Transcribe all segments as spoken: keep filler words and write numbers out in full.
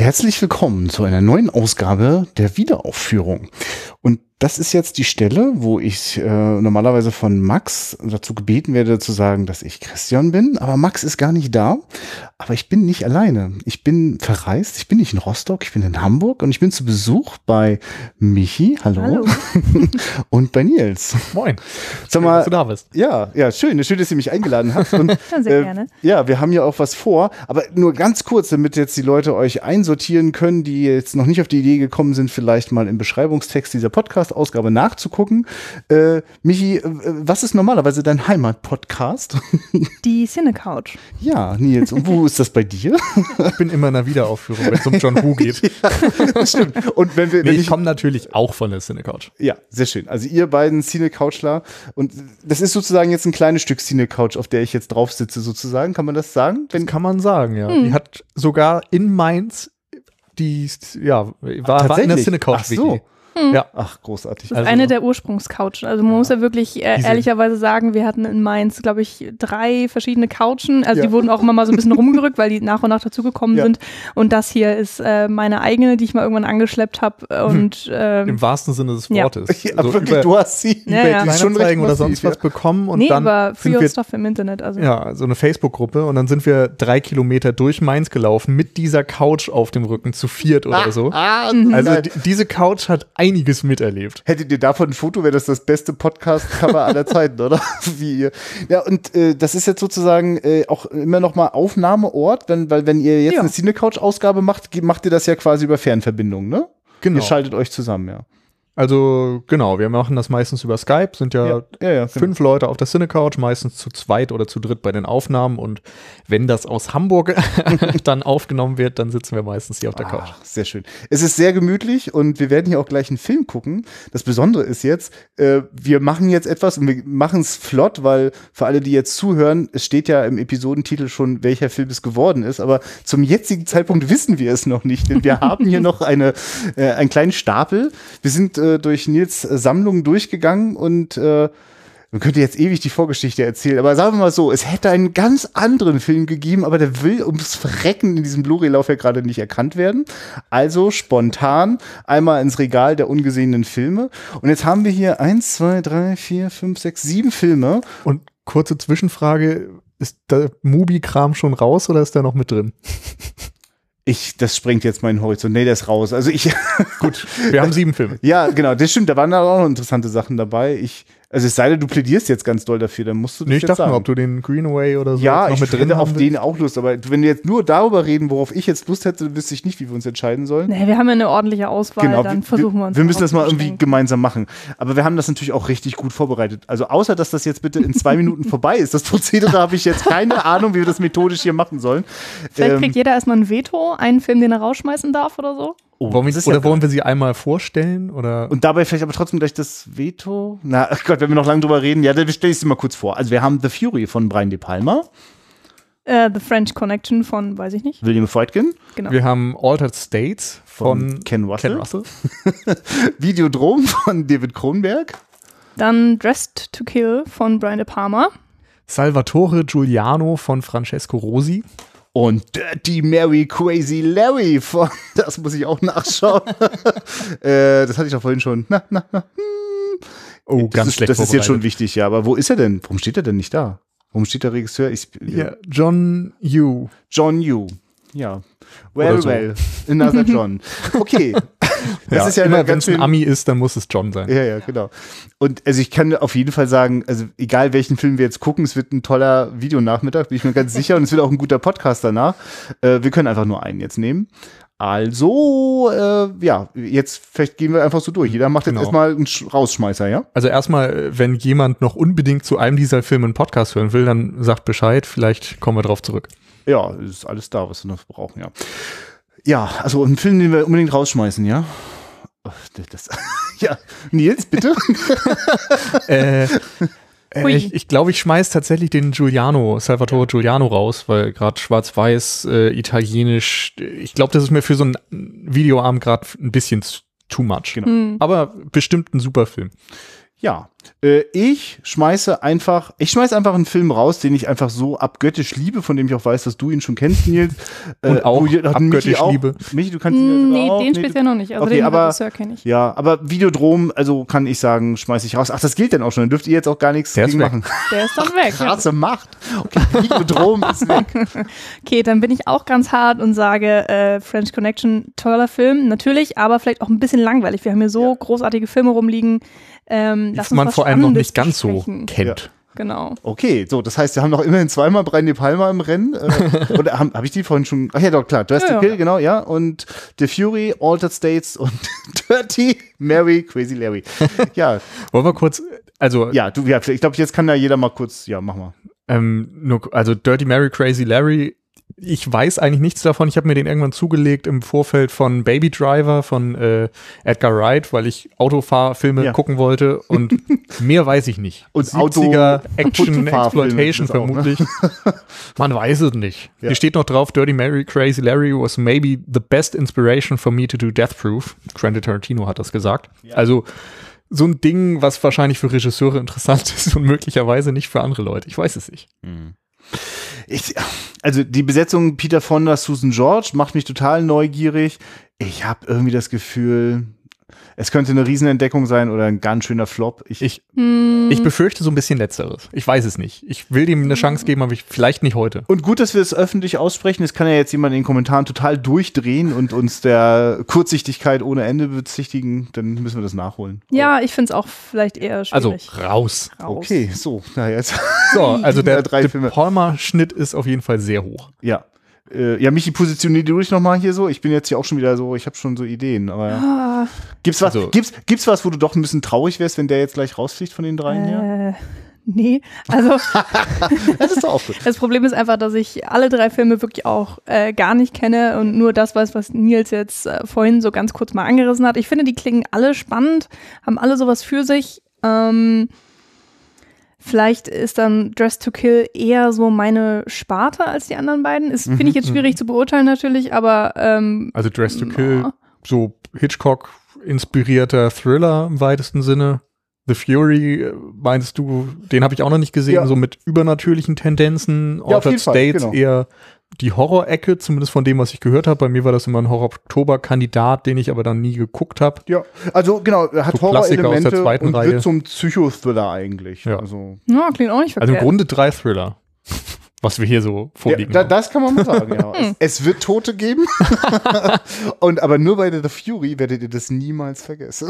Herzlich willkommen zu einer neuen Ausgabe der Wiederaufführung. Und das ist jetzt die Stelle, wo ich äh, normalerweise von Max dazu gebeten werde zu sagen, dass ich Christian bin. Aber Max ist gar nicht da. Aber ich bin nicht alleine. Ich bin verreist. Ich bin nicht in Rostock. Ich bin in Hamburg. Und ich bin zu Besuch bei Michi. Hallo. Hallo. Und bei Nils. Moin. Sag mal, dass du da bist. Ja, ja, schön. Schön, dass ihr mich eingeladen habt. Und, ja, sehr äh, gerne. Ja, wir haben ja auch was vor. Aber nur ganz kurz, damit jetzt die Leute euch einsortieren können, die jetzt noch nicht auf die Idee gekommen sind, vielleicht mal im Beschreibungstext dieser Podcast-Ausgabe nachzugucken. Äh, Michi, äh, was ist normalerweise dein Heimat-Podcast? Die Cine-Couch. Ja, Nils, und wo ist das bei dir? Ich bin immer in einer Wiederaufführung, wenn es um John Woo geht. Ja, das stimmt. Und wenn wir, Nee, wenn ich ich, komme natürlich auch von der Cine-Couch. ja, sehr schön. Also ihr beiden Cine-Couchler. Und das ist sozusagen jetzt ein kleines Stück Cine-Couch, auf der ich jetzt drauf sitze, sozusagen. Kann man das sagen? Das kann man sagen, ja. Hm. Die hat sogar in Mainz die, ja, war, war in der Cine-Couch. Ach so. Ja. Ach, großartig. Das ist Also- eine der Ursprungscouchen. Also man muss ja wirklich äh, Diese- ehrlicherweise sagen, wir hatten in Mainz, glaube ich, drei verschiedene Couchen. Also Ja. die wurden auch immer mal so ein bisschen rumgerückt, weil die nach und nach dazugekommen Ja. sind. Und das hier ist äh, meine eigene, die ich mal irgendwann angeschleppt habe. Und ähm, Im wahrsten Sinne des Ja. Wortes. Ja, So wirklich, über du hast sie Ja, über ja. die ist schon recht Kleinanzeigen oder massiv, sonst was ja. bekommen und nee, dann über sind Free wir, Stuff im Internet. Also ja, so eine Facebook-Gruppe und dann sind wir drei Kilometer durch Mainz gelaufen mit dieser Couch auf dem Rücken zu viert oder so. Ah, Also nein. die, diese Couch hat einiges miterlebt. Hättet ihr davon ein Foto, wäre das das beste Podcast-Cover aller Zeiten, oder? Wie ihr. Ja, und äh, das ist jetzt sozusagen äh, auch immer noch mal Aufnahmeort, wenn, weil wenn ihr jetzt Ja. eine Cine-Couch-Ausgabe macht, ge- macht ihr das ja quasi über Fernverbindung, ne? Genau. Ihr schaltet euch zusammen, ja. Also genau, wir machen das meistens über Skype, sind ja, Ja, ja, ja, fünf Leute auf der Cine-Couch, meistens zu zweit oder zu dritt bei den Aufnahmen und wenn das aus Hamburg dann aufgenommen wird, dann sitzen wir meistens hier auf der Couch. Ach, sehr schön. Es ist sehr gemütlich und wir werden hier auch gleich einen Film gucken. Das Besondere ist jetzt, äh, wir machen jetzt etwas und wir machen es flott, weil für alle, die jetzt zuhören, es steht ja im Episodentitel schon, welcher Film es geworden ist, aber zum jetzigen Zeitpunkt wissen wir es noch nicht, denn wir haben hier noch eine, äh, einen kleinen Stapel. Wir sind äh, durch Nils äh, Sammlung durchgegangen und äh, man könnte jetzt ewig die Vorgeschichte erzählen, aber sagen wir mal so, es hätte einen ganz anderen Film gegeben, aber der will ums Verrecken in diesem Blu-ray-Lauf ja gerade nicht erkannt werden. Also spontan einmal ins Regal der ungesehenen Filme. Und jetzt haben wir hier eins, zwei, drei, vier, fünf, sechs, sieben Filme. Und kurze Zwischenfrage, ist der Mubi-Kram schon raus oder ist der noch mit drin? Ich, das sprengt jetzt meinen Horizont. Nee, der ist raus. Also ich, Gut, wir haben sieben Filme. ja, genau, das stimmt, da waren da auch noch interessante Sachen dabei. Ich, also es sei denn, du plädierst jetzt ganz doll dafür, dann musst du das Nee, ich jetzt dachte sagen. nur, ob du den Greenaway oder so Ja, jetzt noch ich mit drin hätte auf haben den willst. auch Lust, aber wenn wir jetzt nur darüber reden, worauf ich jetzt Lust hätte, wüsste ich nicht, wie wir uns entscheiden sollen. nee, wir haben ja eine ordentliche Auswahl, dann versuchen wir uns. Wir müssen das mal darauf zu irgendwie beschränken. gemeinsam machen. Aber wir haben das natürlich auch richtig gut vorbereitet. Also außer, dass das jetzt bitte in zwei Minuten vorbei ist, das Prozedere habe ich jetzt keine Ahnung, wie wir das methodisch hier machen sollen. Vielleicht Ähm, kriegt jeder erstmal ein Veto, einen Film, den er rausschmeißen darf oder so. oh, Wollen wir, das ist oder ja- wollen wir sie einmal vorstellen? Oder? Und dabei vielleicht aber trotzdem gleich das Veto. Na, ach Gott, wenn wir noch lange drüber reden, ja, dann stelle ich sie mal kurz vor. Also wir haben The Fury von Brian De Palma, Äh, The French Connection von, weiß ich nicht. William Friedkin, Genau. Wir haben Altered States von, von, Ken Russell, Ken Russell. Videodrom von David Cronenberg, Dann Dressed to Kill von Brian De Palma. Salvatore Giuliano von Francesco Rosi. und Dirty Mary Crazy Larry von, das muss ich auch nachschauen. äh, das hatte ich doch vorhin schon. Na, na, na. Oh, Das ganz ist, schlecht das ist jetzt schon vorbereitet. wichtig, ja. Aber wo ist er denn? Warum steht er denn nicht da? Warum steht der Regisseur? Ich, Ja, John Yu. John Yu. Ja. Well, Oder so. well. Another John. Okay. Das ja, ist ja immer, immer wenn ganz es ein schön. Ami ist, dann muss es John sein. Ja, ja, genau. Und also ich kann auf jeden Fall sagen, also egal welchen Film wir jetzt gucken, es wird ein toller Videonachmittag, bin ich mir ganz sicher. Und es wird auch ein guter Podcast danach. Äh, wir können einfach nur einen jetzt nehmen. Also, äh, ja, jetzt vielleicht gehen wir einfach so durch. Jeder macht jetzt Genau. erstmal einen Sch- Rausschmeißer, ja? Also erstmal, wenn jemand noch unbedingt zu einem dieser Filme einen Podcast hören will, dann sagt Bescheid, vielleicht kommen wir drauf zurück. Ja, es ist alles da, was wir noch brauchen, ja. Ja, also einen Film, den wir unbedingt rausschmeißen, ja? Oh, das, ja, Nils, bitte. äh, äh, Hui. ich ich glaube, ich schmeiß tatsächlich den Giuliano, Salvatore Giuliano raus, weil gerade schwarz-weiß, äh, italienisch, ich glaube, das ist mir für so einen Videoabend gerade ein bisschen too much. Genau. Hm. Aber bestimmt ein super Film. Ja, Äh, ich schmeiße einfach, ich schmeiße einfach einen Film raus, den ich einfach so abgöttisch liebe, von dem ich auch weiß, dass du ihn schon kennst, Nils. Und äh, auch du, abgöttisch auch, liebe. Michi, du kannst ihn Nee, auch, den nee, speziell du, noch nicht. Also okay, den aber, Regisseur kenne ich. Ja, aber Videodrom, also kann ich sagen, schmeiße ich raus. Ach, das gilt denn auch schon, dann dürft ihr jetzt auch gar nichts Der ist gegen weg. machen. Der ist dann weg. Krasse Macht. Okay, Videodrom ist weg. Okay, dann bin ich auch ganz hart und sage, äh, French Connection, toller Film, natürlich, aber vielleicht auch ein bisschen langweilig. Wir haben hier so ja. großartige Filme rumliegen. Ähm, die man vor allem noch nicht ganz so kennt. Ja. Genau. Okay, so, das heißt, wir haben noch immerhin zweimal Brian De Palma im Rennen. Äh, oder habe hab ich die vorhin schon? Ach ja, doch, klar. Dress ja, to Kill, ja. genau, ja. Und The Fury, Altered States und Dirty Mary, Crazy Larry. Ja. Wollen wir kurz, also. Ja, du, ja, ich glaube, jetzt kann da jeder mal kurz, ja, mach mal. Ähm, nur, also Dirty Mary, Crazy Larry, ich weiß eigentlich nichts davon. Ich habe mir den irgendwann zugelegt im Vorfeld von Baby Driver von äh, Edgar Wright, weil ich Autofahrfilme ja. gucken wollte und mehr weiß ich nicht. Und siebziger Action, Exploitation vermutlich. Ne? Man weiß es nicht. Ja. Hier steht noch drauf, Dirty Mary, Crazy Larry was maybe the best inspiration for me to do Death Proof. Quentin Tarantino hat das gesagt. Ja. Also so ein Ding, was wahrscheinlich für Regisseure interessant ist und möglicherweise nicht für andere Leute. Ich weiß es nicht. Mhm. Ich, also die Besetzung Peter Fonda, Susan George macht mich total neugierig. Ich habe irgendwie das Gefühl, es könnte eine Riesenentdeckung sein oder ein ganz schöner Flop. Ich, ich, hm. ich befürchte so ein bisschen Letzteres. Ich weiß es nicht. Ich will dem eine Chance geben, aber ich, vielleicht nicht heute. Und gut, dass wir es öffentlich aussprechen. Es kann ja jetzt jemand in den Kommentaren total durchdrehen und uns der Kurzsichtigkeit ohne Ende bezichtigen. Dann müssen wir das nachholen. Ja, ich finde es auch vielleicht eher schwierig. Also raus. raus. Okay, so. Na jetzt. So, also der, der De Palma-Schnitt ist auf jeden Fall sehr hoch. Ja. Äh, ja, Michi, positionier du dich nochmal hier so. Ich bin jetzt hier auch schon wieder so, ich habe schon so Ideen. Aber ah. gibt's was, also, gibt's, gibt's was, wo du doch ein bisschen traurig wärst, wenn der jetzt gleich rausfliegt von den dreien hier? Äh, nee, also das ist doch auch gut. Das Problem ist einfach, dass ich alle drei Filme wirklich auch äh, gar nicht kenne und nur das weiß, was Nils jetzt äh, vorhin so ganz kurz mal angerissen hat. Ich finde, die klingen alle spannend, haben alle sowas für sich. Ähm, Vielleicht ist dann Dress to Kill eher so meine Sparte als die anderen beiden. Ist, finde ich jetzt schwierig zu beurteilen natürlich, aber ähm, also Dress to Kill, oh. so Hitchcock-inspirierter Thriller im weitesten Sinne. The Fury, meinst du, den habe ich auch noch nicht gesehen, ja. so mit übernatürlichen Tendenzen. Ja, Altered States genau. eher die Horror-Ecke, zumindest von dem, was ich gehört habe. Bei mir war das immer ein Horror-Oktober-Kandidat, den ich aber dann nie geguckt habe. Ja, also genau, er hat so Horror-Elemente und Reihe. wird zum Psychothriller eigentlich. Ja. Also. ja, klingt auch nicht verkehrt. Also im Grunde drei Thriller, was wir hier so vorliegen ja, haben. Da, das kann man mal sagen, ja. es, es wird Tote geben, und aber nur bei The Fury werdet ihr das niemals vergessen.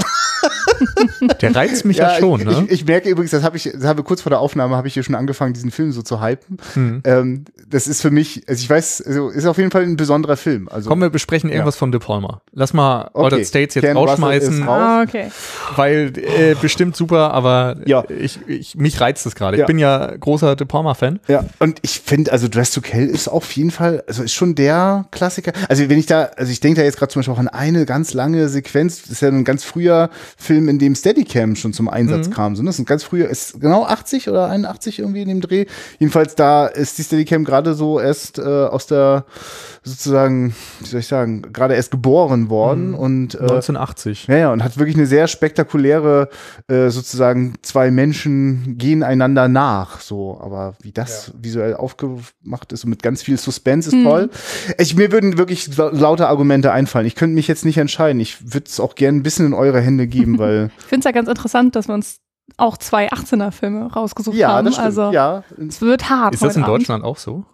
Der reizt mich ja, ja schon, ich, ne? Ich, ich merke übrigens, das habe ich, das habe kurz vor der Aufnahme habe ich hier schon angefangen, diesen Film so zu hypen. Hm. Ähm, das ist für mich, also ich weiß, also ist auf jeden Fall ein besonderer Film. Also, komm, wir besprechen irgendwas ja. von De Palma. Lass mal okay. Altered States jetzt Ken rausschmeißen, raus. ah, okay. weil äh, bestimmt super, aber ja. ich, ich, mich reizt es gerade. Ja. Ich bin ja großer De Palma-Fan. Ja, und ich finde, also Dress to Kill ist auf jeden Fall, also ist schon der Klassiker. Also wenn ich da, also ich denke da jetzt gerade zum Beispiel auch an eine ganz lange Sequenz, das ist ja ein ganz früher Film, in dem Steadicam schon zum Einsatz mhm. kam. So, das ist ein ganz früher, ist genau achtzig oder einundachtzig irgendwie in dem Dreh. Jedenfalls da ist die Steadicam gerade so erst äh, aus der, sozusagen, wie soll ich sagen, gerade erst geboren worden. Mhm. Und äh, neunzehnhundertachtzig. Ja, ja, und hat wirklich eine sehr spektakuläre, äh, sozusagen, zwei Menschen gehen einander nach. So, aber wie das ja. visuell aufgemacht ist und mit ganz viel Suspense ist mhm. toll. Ich, mir würden wirklich lauter Argumente einfallen. Ich könnte mich jetzt nicht entscheiden. Ich würde es auch gerne ein bisschen in eure Hände geben, weil ich finde es ja ganz interessant, dass wir uns auch zwei achtzehner-Filme rausgesucht ja, haben. Das stimmt. Also ja, es wird hart. Ist das in Abend. Deutschland auch so?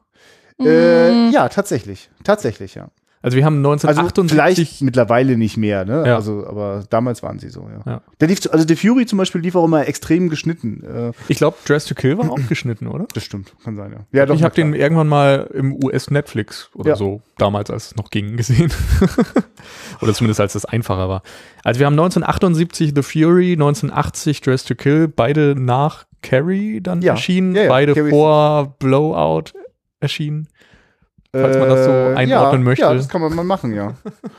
Äh, ja, tatsächlich. Tatsächlich, ja. Also wir haben neunzehnhundertachtundsiebzig Also vielleicht mittlerweile nicht mehr, ne? Ja. Also, aber damals waren sie so, ja. ja. Der lief, also The Fury zum Beispiel lief auch immer extrem geschnitten. Äh, ich glaube, Dress to Kill war auch geschnitten, oder? Das stimmt, kann sein, ja. ja doch, ich habe den irgendwann mal im U S-Netflix oder ja. so, damals, als es noch ging, gesehen. Oder zumindest, als es einfacher war. Also wir haben neunzehnhundertachtundsiebzig The Fury, neunzehnhundertachtzig Dress to Kill, beide nach Carrie dann ja. erschienen, ja, ja. beide Carrie vor Blowout erschienen. Falls man das so einordnen ja, möchte. Ja, das kann man mal machen, ja.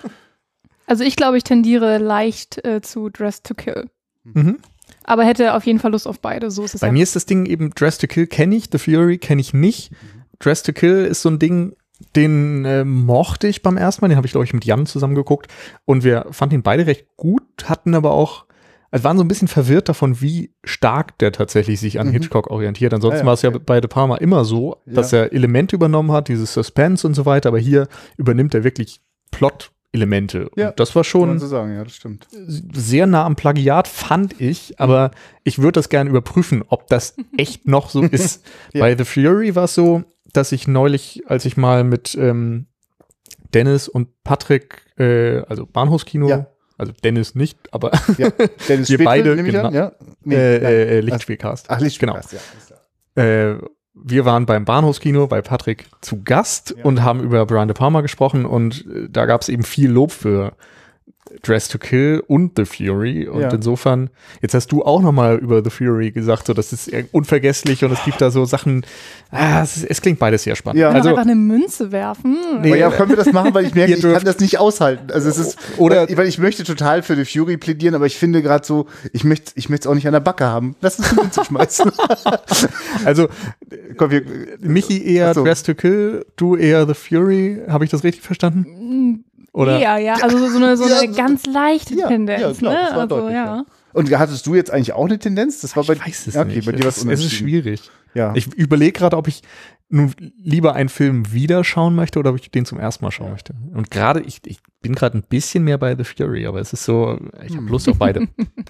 Also ich glaube, ich tendiere leicht äh, zu Dress to Kill. Mhm. Aber hätte auf jeden Fall Lust auf beide. So ist es Bei ja. mir ist das Ding eben, Dress to Kill kenne ich, The Fury kenne ich nicht. Mhm. Dress to Kill ist so ein Ding, den äh, mochte ich beim ersten Mal. Den habe ich, glaube ich, mit Jan zusammen geguckt. Und wir fanden ihn beide recht gut, hatten aber auch, also waren so ein bisschen verwirrt davon, wie stark der tatsächlich sich an Mhm. Hitchcock orientiert. Ansonsten Ah, ja, war es ja okay. bei De Palma immer so, dass Ja. er Elemente übernommen hat, dieses Suspense und so weiter, aber hier übernimmt er wirklich Plot-Elemente. Ja, Und das war Kann man schon so sagen, ja, das stimmt. sehr nah am Plagiat, fand ich, aber ich würde das gerne überprüfen, ob das echt noch so ist. Ja. Bei The Fury war es so, dass ich neulich, als ich mal mit ähm, Dennis und Patrick, äh, also Bahnhofskino, Ja. also Dennis nicht, aber Ja, Dennis Wir Spätzle, beide, nehme ich genau. an, ja? Nee, äh, nein. äh, Lichtspielcast. Ach, Lichtspielcast, ja. alles klar. Äh, wir waren beim Bahnhofskino bei Patrick zu Gast Ja. und haben über Brian De Palma gesprochen und äh, da gab es eben viel Lob für Dress to Kill und The Fury und Ja. insofern, jetzt hast du auch nochmal über The Fury gesagt, so das ist eher unvergesslich und es gibt da so Sachen, ah, es, ist, es klingt beides sehr spannend. Ja. Kann Also, auch einfach eine Münze werfen. Nee. Aber ja, können wir das machen, weil ich merke, Ihr ich dürft- kann das nicht aushalten. Also es ist, Oder- weil, weil ich möchte total für The Fury plädieren, aber ich finde gerade so, ich möchte ich möchte es auch nicht an der Backe haben. Lass uns eine Münze schmeißen. also Komm, wir, Michi eher Ach so. Dress to Kill, du eher The Fury, habe ich das richtig verstanden? Oder? Ja, ja, also so, so eine, so Ja, eine ganz leichte ja, Tendenz, ja, klar, ne? das war Also, deutlich, ja. ja. Und hattest du jetzt eigentlich auch eine Tendenz? Das war bei, Ich weiß es ja, okay, nicht. bei dir es, was ist, es ist schwierig. Ja. Ich überlege gerade, ob ich nun lieber einen Film wieder schauen möchte oder ob ich den zum ersten Mal schauen möchte. Und gerade, ich, ich bin gerade ein bisschen mehr bei The Fury, aber es ist so, ich habe Lust auf beide.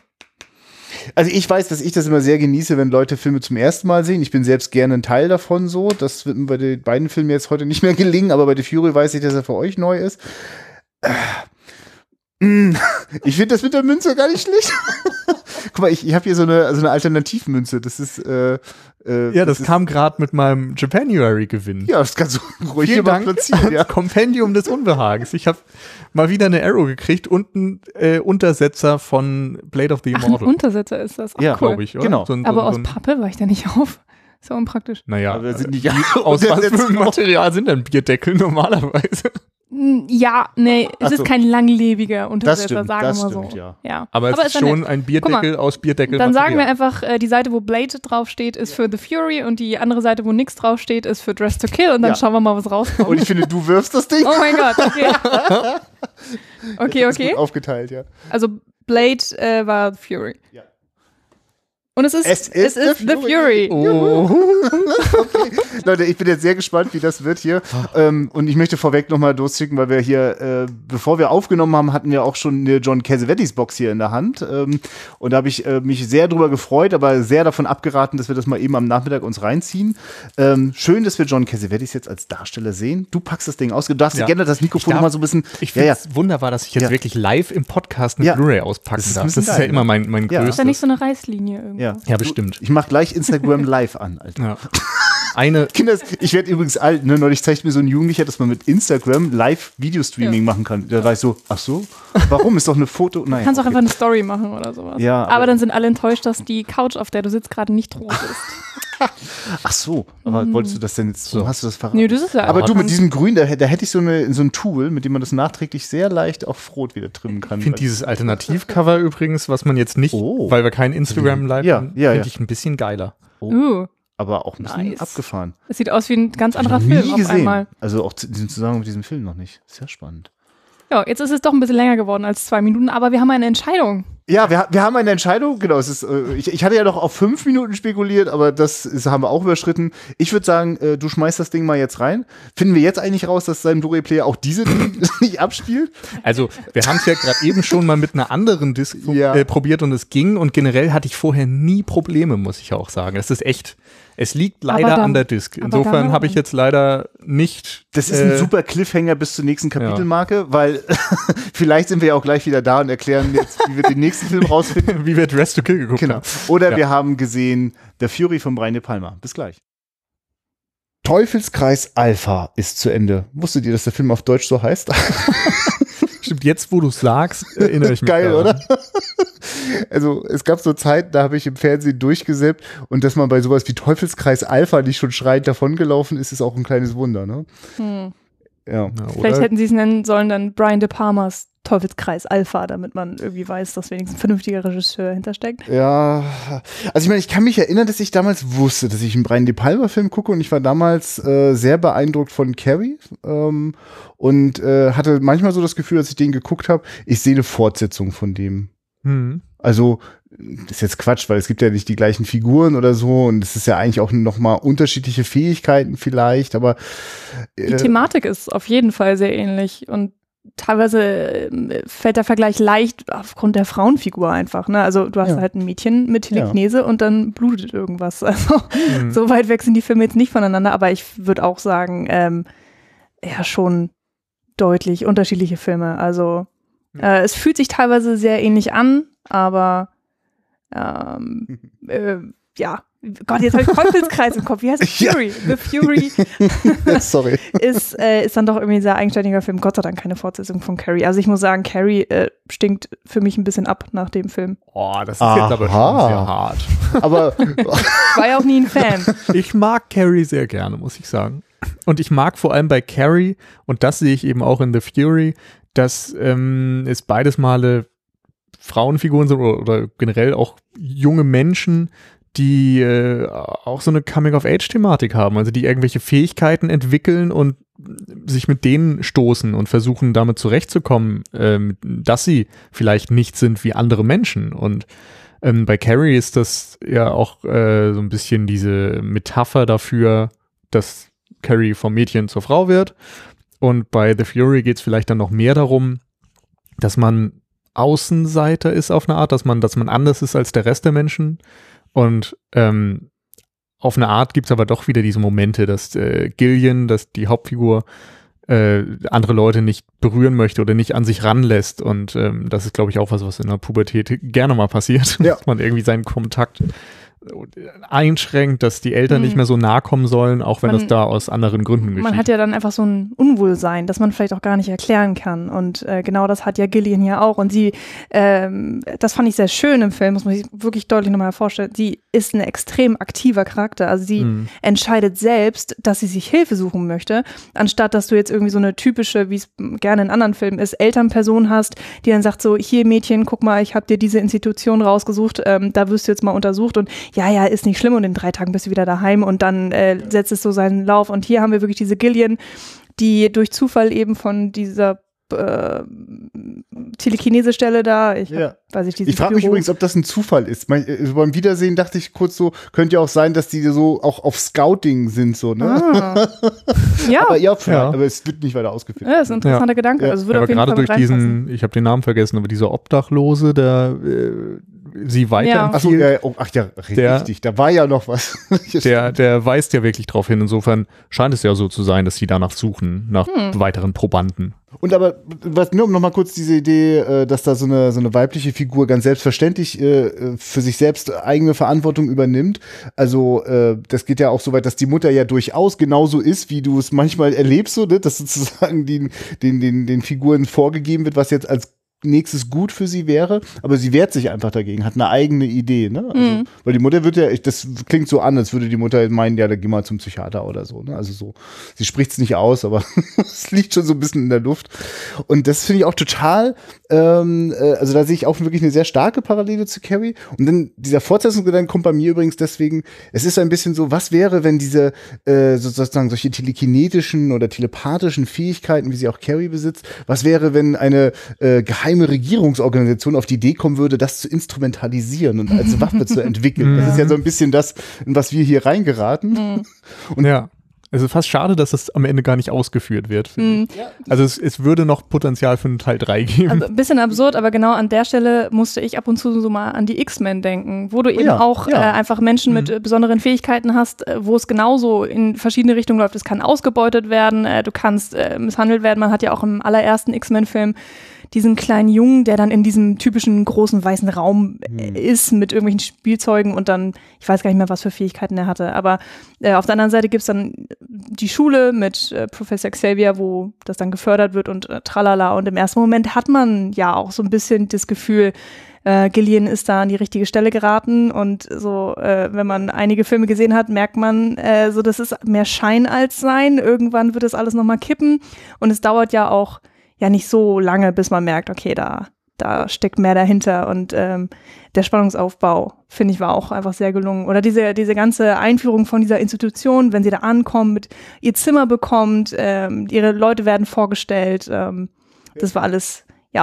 Also ich weiß, dass ich das immer sehr genieße, wenn Leute Filme zum ersten Mal sehen. Ich bin selbst gerne ein Teil davon so. Das wird mir bei den beiden Filmen jetzt heute nicht mehr gelingen, aber bei The Fury weiß ich, dass er für euch neu ist. Äh, mm, Ich finde das mit der Münze gar nicht schlecht. Guck mal, ich, ich habe hier so eine, so eine Alternativmünze. Das ist äh, äh, Ja, das, ist, kam gerade mit meinem Japanuary-Gewinn. Ja, das kannst du ruhig hier Vielen mal Dank platzieren. ans Ja. Kompendium des Unbehagens. Ich habe mal wieder eine Arrow gekriegt und einen äh, Untersetzer von Blade of the Ach, ein Immortal. Untersetzer ist das. Ach, Ja, cool. glaube ich, oder? Genau. So ein, so, Aber so aus ein, Pappe war ich da nicht auf. Ist ja unpraktisch. Naja, Aber wir sind nicht aus was für Untersetzer. einem Material sind denn Bierdeckel normalerweise? Hm, Ja, nee, es Ach so. ist kein langlebiger Untersetzer, stimmt, sagen das wir stimmt, so. ja. ja. Aber es ist ja schon nett. ein Bierdeckel Guck aus Bierdeckel. Dann sagen wir einfach, äh, die Seite, wo Blade draufsteht, ist für The Fury und die andere Seite, wo nichts draufsteht, ist für Dress to Kill und dann Ja. schauen wir mal, was rauskommt. Und ich finde, du wirfst das Ding. Oh mein Gott, okay. okay, Das ist okay. gut aufgeteilt, ja. Also Blade äh, war The Fury. Ja. Und es ist, Es ist es ist The The Fury. Fury. Oh. Okay. Leute, ich bin jetzt sehr gespannt, wie das wird hier. Ähm, und ich möchte vorweg nochmal losschicken, weil wir hier, äh, bevor wir aufgenommen haben, hatten wir auch schon eine John Cassavetes Box hier in der Hand. Ähm, und da habe ich äh, mich sehr drüber gefreut, aber sehr davon abgeraten, dass wir das mal eben am Nachmittag uns reinziehen. Ähm, schön, dass wir John Cassavetes jetzt als Darsteller sehen. Du packst das Ding aus. Du darfst Ja. gerne das Mikrofon Ich darf- nochmal so ein bisschen. Ich ja, finde ja. es wunderbar, dass ich jetzt Ja. wirklich live im Podcast eine Ja. Blu-ray auspacken Das ist ein darf. Das bisschen ist ja geil, immer ne? mein, mein Ja. Ist größtes. da nicht so eine Reißlinie irgendwo? Ja. Ja, bestimmt. Ich mach gleich Instagram live an, Alter. Ja. Eine, Kinder, ich werde übrigens alt, ne? Neulich zeigt mir so ein Jugendlicher, dass man mit Instagram live Videostreaming Ja. machen kann. Da war ich so, ach so? Warum? Ist doch eine Foto. Naja, Du kannst auch okay. einfach eine Story machen oder sowas. Ja, aber, aber- dann sind alle enttäuscht, dass die Couch, auf der du sitzt, gerade nicht rot ist. Ach so, aber wolltest du das denn jetzt so? Hast du das verraten? Nö, das ist ja aber du, mit bekannt. diesem Grün, da, da hätte ich so, eine, so ein Tool, mit dem man das nachträglich sehr leicht auf Rot wieder trimmen kann. ich finde dieses Alternativcover übrigens, was man jetzt nicht, Oh. weil wir kein Instagram live Ja, haben, ja, finde ja. ich ein bisschen geiler. Uh, aber auch ein bisschen Nice. abgefahren. es sieht aus wie ein ganz anderer Noch Film nie auf gesehen. einmal. Also auch zu- in diesem Zusammenhang mit diesem Film noch nicht. Sehr spannend. Ja, jetzt ist es doch ein bisschen länger geworden als zwei Minuten, aber wir haben eine Entscheidung. Ja, wir, wir haben eine Entscheidung, genau. Es ist, äh, ich, ich hatte ja noch auf fünf Minuten spekuliert, aber das ist, haben wir auch überschritten. Ich würde sagen, äh, du schmeißt das Ding mal jetzt rein. Finden wir jetzt eigentlich raus, dass sein Blu-ray-Player auch diese Dinge nicht abspielt? Also, wir haben es ja gerade eben schon mal mit einer anderen Disc Ja. äh, probiert und es ging und generell hatte ich vorher nie Probleme, muss ich auch sagen. Das ist echt, es liegt leider dann- an der Disc. aber Insofern dann- habe ich jetzt leider nicht. Das ist äh, ein super Cliffhanger bis zur nächsten Kapitelmarke, weil vielleicht sind wir ja auch gleich wieder da und erklären jetzt, wie wir den nächsten Film rausfinden. wie wir Dress to Kill geguckt Genau. haben. Oder Ja. wir haben gesehen The Fury von Brian De Palma. Bis gleich. Teufelskreis Alpha ist zu Ende. Wusstet ihr, dass der Film auf Deutsch so heißt? Stimmt, jetzt wo du es sagst, erinnere ich mich Geil, daran. oder? Also es gab so Zeiten, da habe ich im Fernsehen durchgesäppt und dass man bei sowas wie Teufelskreis Alpha nicht schon schreiend davongelaufen ist, ist auch ein kleines Wunder, ne? Hm. Ja. Ja, Vielleicht oder? hätten sie es nennen sollen dann Brian De Palmas Teufelskreis Alpha, damit man irgendwie weiß, dass wenigstens ein vernünftiger Regisseur hintersteckt. Ja, also ich meine, ich kann mich erinnern, dass ich damals wusste, dass ich einen Brian De Palma-Film gucke und ich war damals äh, sehr beeindruckt von Carrie ähm, und äh, hatte manchmal so das Gefühl, dass ich den geguckt habe, ich sehe eine Fortsetzung von dem. Hm. Also, das ist jetzt Quatsch, weil es gibt ja nicht die gleichen Figuren oder so und es ist ja eigentlich auch nochmal unterschiedliche Fähigkeiten vielleicht, aber äh, die Thematik ist auf jeden Fall sehr ähnlich und teilweise fällt der Vergleich leicht aufgrund der Frauenfigur einfach, ne? Also du hast ja. halt ein Mädchen mit Telekinese ja. und dann blutet irgendwas. Also mhm. so weit weg sind die Filme jetzt nicht voneinander, aber ich würde auch sagen, ähm, ja schon deutlich unterschiedliche Filme. Also äh, es fühlt sich teilweise sehr ähnlich an, aber ähm, äh, ja, Gott, jetzt habe ich Teufelskreis im Kopf. Wie heißt es? Fury. Ja. The Fury Sorry. ist, äh, ist dann doch irgendwie ein sehr eigenständiger Film. Gott sei Dank keine Fortsetzung von Carrie. Also ich muss sagen, Carrie äh, stinkt für mich ein bisschen ab nach dem Film. Oh, das ist Aha. jetzt aber schon sehr hart. Aber ich war ja auch nie ein Fan. Ich mag Carrie sehr gerne, muss ich sagen. Und ich mag vor allem bei Carrie, und das sehe ich eben auch in The Fury, dass ähm, es beides Male Frauenfiguren sind oder, oder generell auch junge Menschen, die äh, auch so eine Coming-of-Age-Thematik haben, also die irgendwelche Fähigkeiten entwickeln und sich mit denen stoßen und versuchen damit zurechtzukommen, ähm, dass sie vielleicht nicht sind wie andere Menschen. Und ähm, bei Carrie ist das ja auch äh, so ein bisschen diese Metapher dafür, dass Carrie vom Mädchen zur Frau wird. Und bei The Fury geht es vielleicht dann noch mehr darum, dass man Außenseiter ist auf eine Art, dass man, dass man anders ist als der Rest der Menschen. Und ähm, auf eine Art gibt es aber doch wieder diese Momente, dass äh, Gillian, dass die Hauptfigur, äh, andere Leute nicht berühren möchte oder nicht an sich ranlässt. Und ähm, das ist, glaube ich, auch was, was in der Pubertät gerne mal passiert, ja. dass man irgendwie seinen Kontakt einschränkt, dass die Eltern mhm. nicht mehr so nahe kommen sollen, auch wenn man, das da aus anderen Gründen geschieht. Man hat ja dann einfach so ein Unwohlsein, das man vielleicht auch gar nicht erklären kann. Und äh, genau das hat ja Gillian hier auch. Und sie, ähm, das fand ich sehr schön im Film, muss man sich wirklich deutlich nochmal vorstellen. Sie ist ein extrem aktiver Charakter. Also sie mhm. entscheidet selbst, dass sie sich Hilfe suchen möchte, anstatt dass du jetzt irgendwie so eine typische, wie es gerne in anderen Filmen ist, Elternperson hast, die dann sagt so, hier Mädchen, guck mal, ich habe dir diese Institution rausgesucht, ähm, da wirst du jetzt mal untersucht und ja, ja, ist nicht schlimm und in drei Tagen bist du wieder daheim und dann äh, setzt es so seinen Lauf. Und hier haben wir wirklich diese Gillian, die durch Zufall eben von dieser äh, Telekinese-Stelle da, ich, ja. weiß ich, ich frage mich übrigens, ob das ein Zufall ist. Mein, äh, beim Wiedersehen dachte ich kurz so, könnte ja auch sein, dass die so auch auf Scouting sind, so, ne? Ah. ja. Aber, ja, ja, aber es wird nicht weiter ausgeführt. Ja, das ist ein interessanter ja. Gedanke. Ja. Also wird ja, auf jeden gerade Fall durch diesen, ich habe den Namen vergessen, aber dieser Obdachlose, der äh, sie weiterempfiehlt. Ja. Ach, so, ja, oh, ach ja, richtig, der, da war ja noch was. der, der weist ja wirklich drauf hin. Insofern scheint es ja so zu sein, dass sie danach suchen, nach hm. weiteren Probanden. Und aber, was, nur um nochmal kurz diese Idee, äh, dass da so eine, so eine weibliche Figur ganz selbstverständlich äh, für sich selbst eigene Verantwortung übernimmt. Also, äh, das geht ja auch so weit, dass die Mutter ja durchaus genauso ist, wie du es manchmal erlebst, so, ne? Dass sozusagen den, den, den, den Figuren vorgegeben wird, was jetzt als nächstes gut für sie wäre, aber sie wehrt sich einfach dagegen, hat eine eigene Idee, ne? Also, mhm. Weil die Mutter wird ja, das klingt so an, als würde die Mutter meinen, ja, dann geh mal zum Psychiater oder so, ne? Also so, sie spricht es nicht aus, aber es liegt schon so ein bisschen in der Luft. Und das finde ich auch total, ähm, äh, also da sehe ich auch wirklich eine sehr starke Parallele zu Carrie. Und dann dieser Fortsetzungsgedanke kommt bei mir übrigens deswegen, es ist so ein bisschen so, was wäre, wenn diese äh, sozusagen solche telekinetischen oder telepathischen Fähigkeiten, wie sie auch Carrie besitzt, was wäre, wenn eine äh, geheime Regierungsorganisation auf die Idee kommen würde, das zu instrumentalisieren und als Waffe zu entwickeln. Das ist ja so ein bisschen das, in was wir hier reingeraten. Und ja, es ist fast schade, dass das am Ende gar nicht ausgeführt wird. Mhm. Also es, es würde noch Potenzial für einen Teil drei geben. Also ein bisschen absurd, aber genau an der Stelle musste ich ab und zu so mal an die X-Men denken, wo du eben ja, auch ja. äh, einfach Menschen mhm. mit äh, besonderen Fähigkeiten hast, äh, wo es genauso in verschiedene Richtungen läuft. Es kann ausgebeutet werden, äh, du kannst äh, misshandelt werden. Man hat ja auch im allerersten X-Men-Film diesen kleinen Jungen, der dann in diesem typischen großen weißen Raum äh, ist mit irgendwelchen Spielzeugen und dann, ich weiß gar nicht mehr, was für Fähigkeiten er hatte, aber äh, auf der anderen Seite gibt's dann die Schule mit äh, Professor Xavier, wo das dann gefördert wird und äh, tralala und im ersten Moment hat man ja auch so ein bisschen das Gefühl, äh, Gillian ist da an die richtige Stelle geraten und so, äh, wenn man einige Filme gesehen hat, merkt man, äh, so das ist mehr Schein als Sein, irgendwann wird das alles nochmal kippen und es dauert ja auch ja nicht so lange, bis man merkt, okay, da, da steckt mehr dahinter und ähm, der Spannungsaufbau, finde ich, war auch einfach sehr gelungen. Oder diese, diese ganze Einführung von dieser Institution, wenn sie da ankommen, mit ihr Zimmer bekommt, ähm, ihre Leute werden vorgestellt, ähm, das war alles, ja,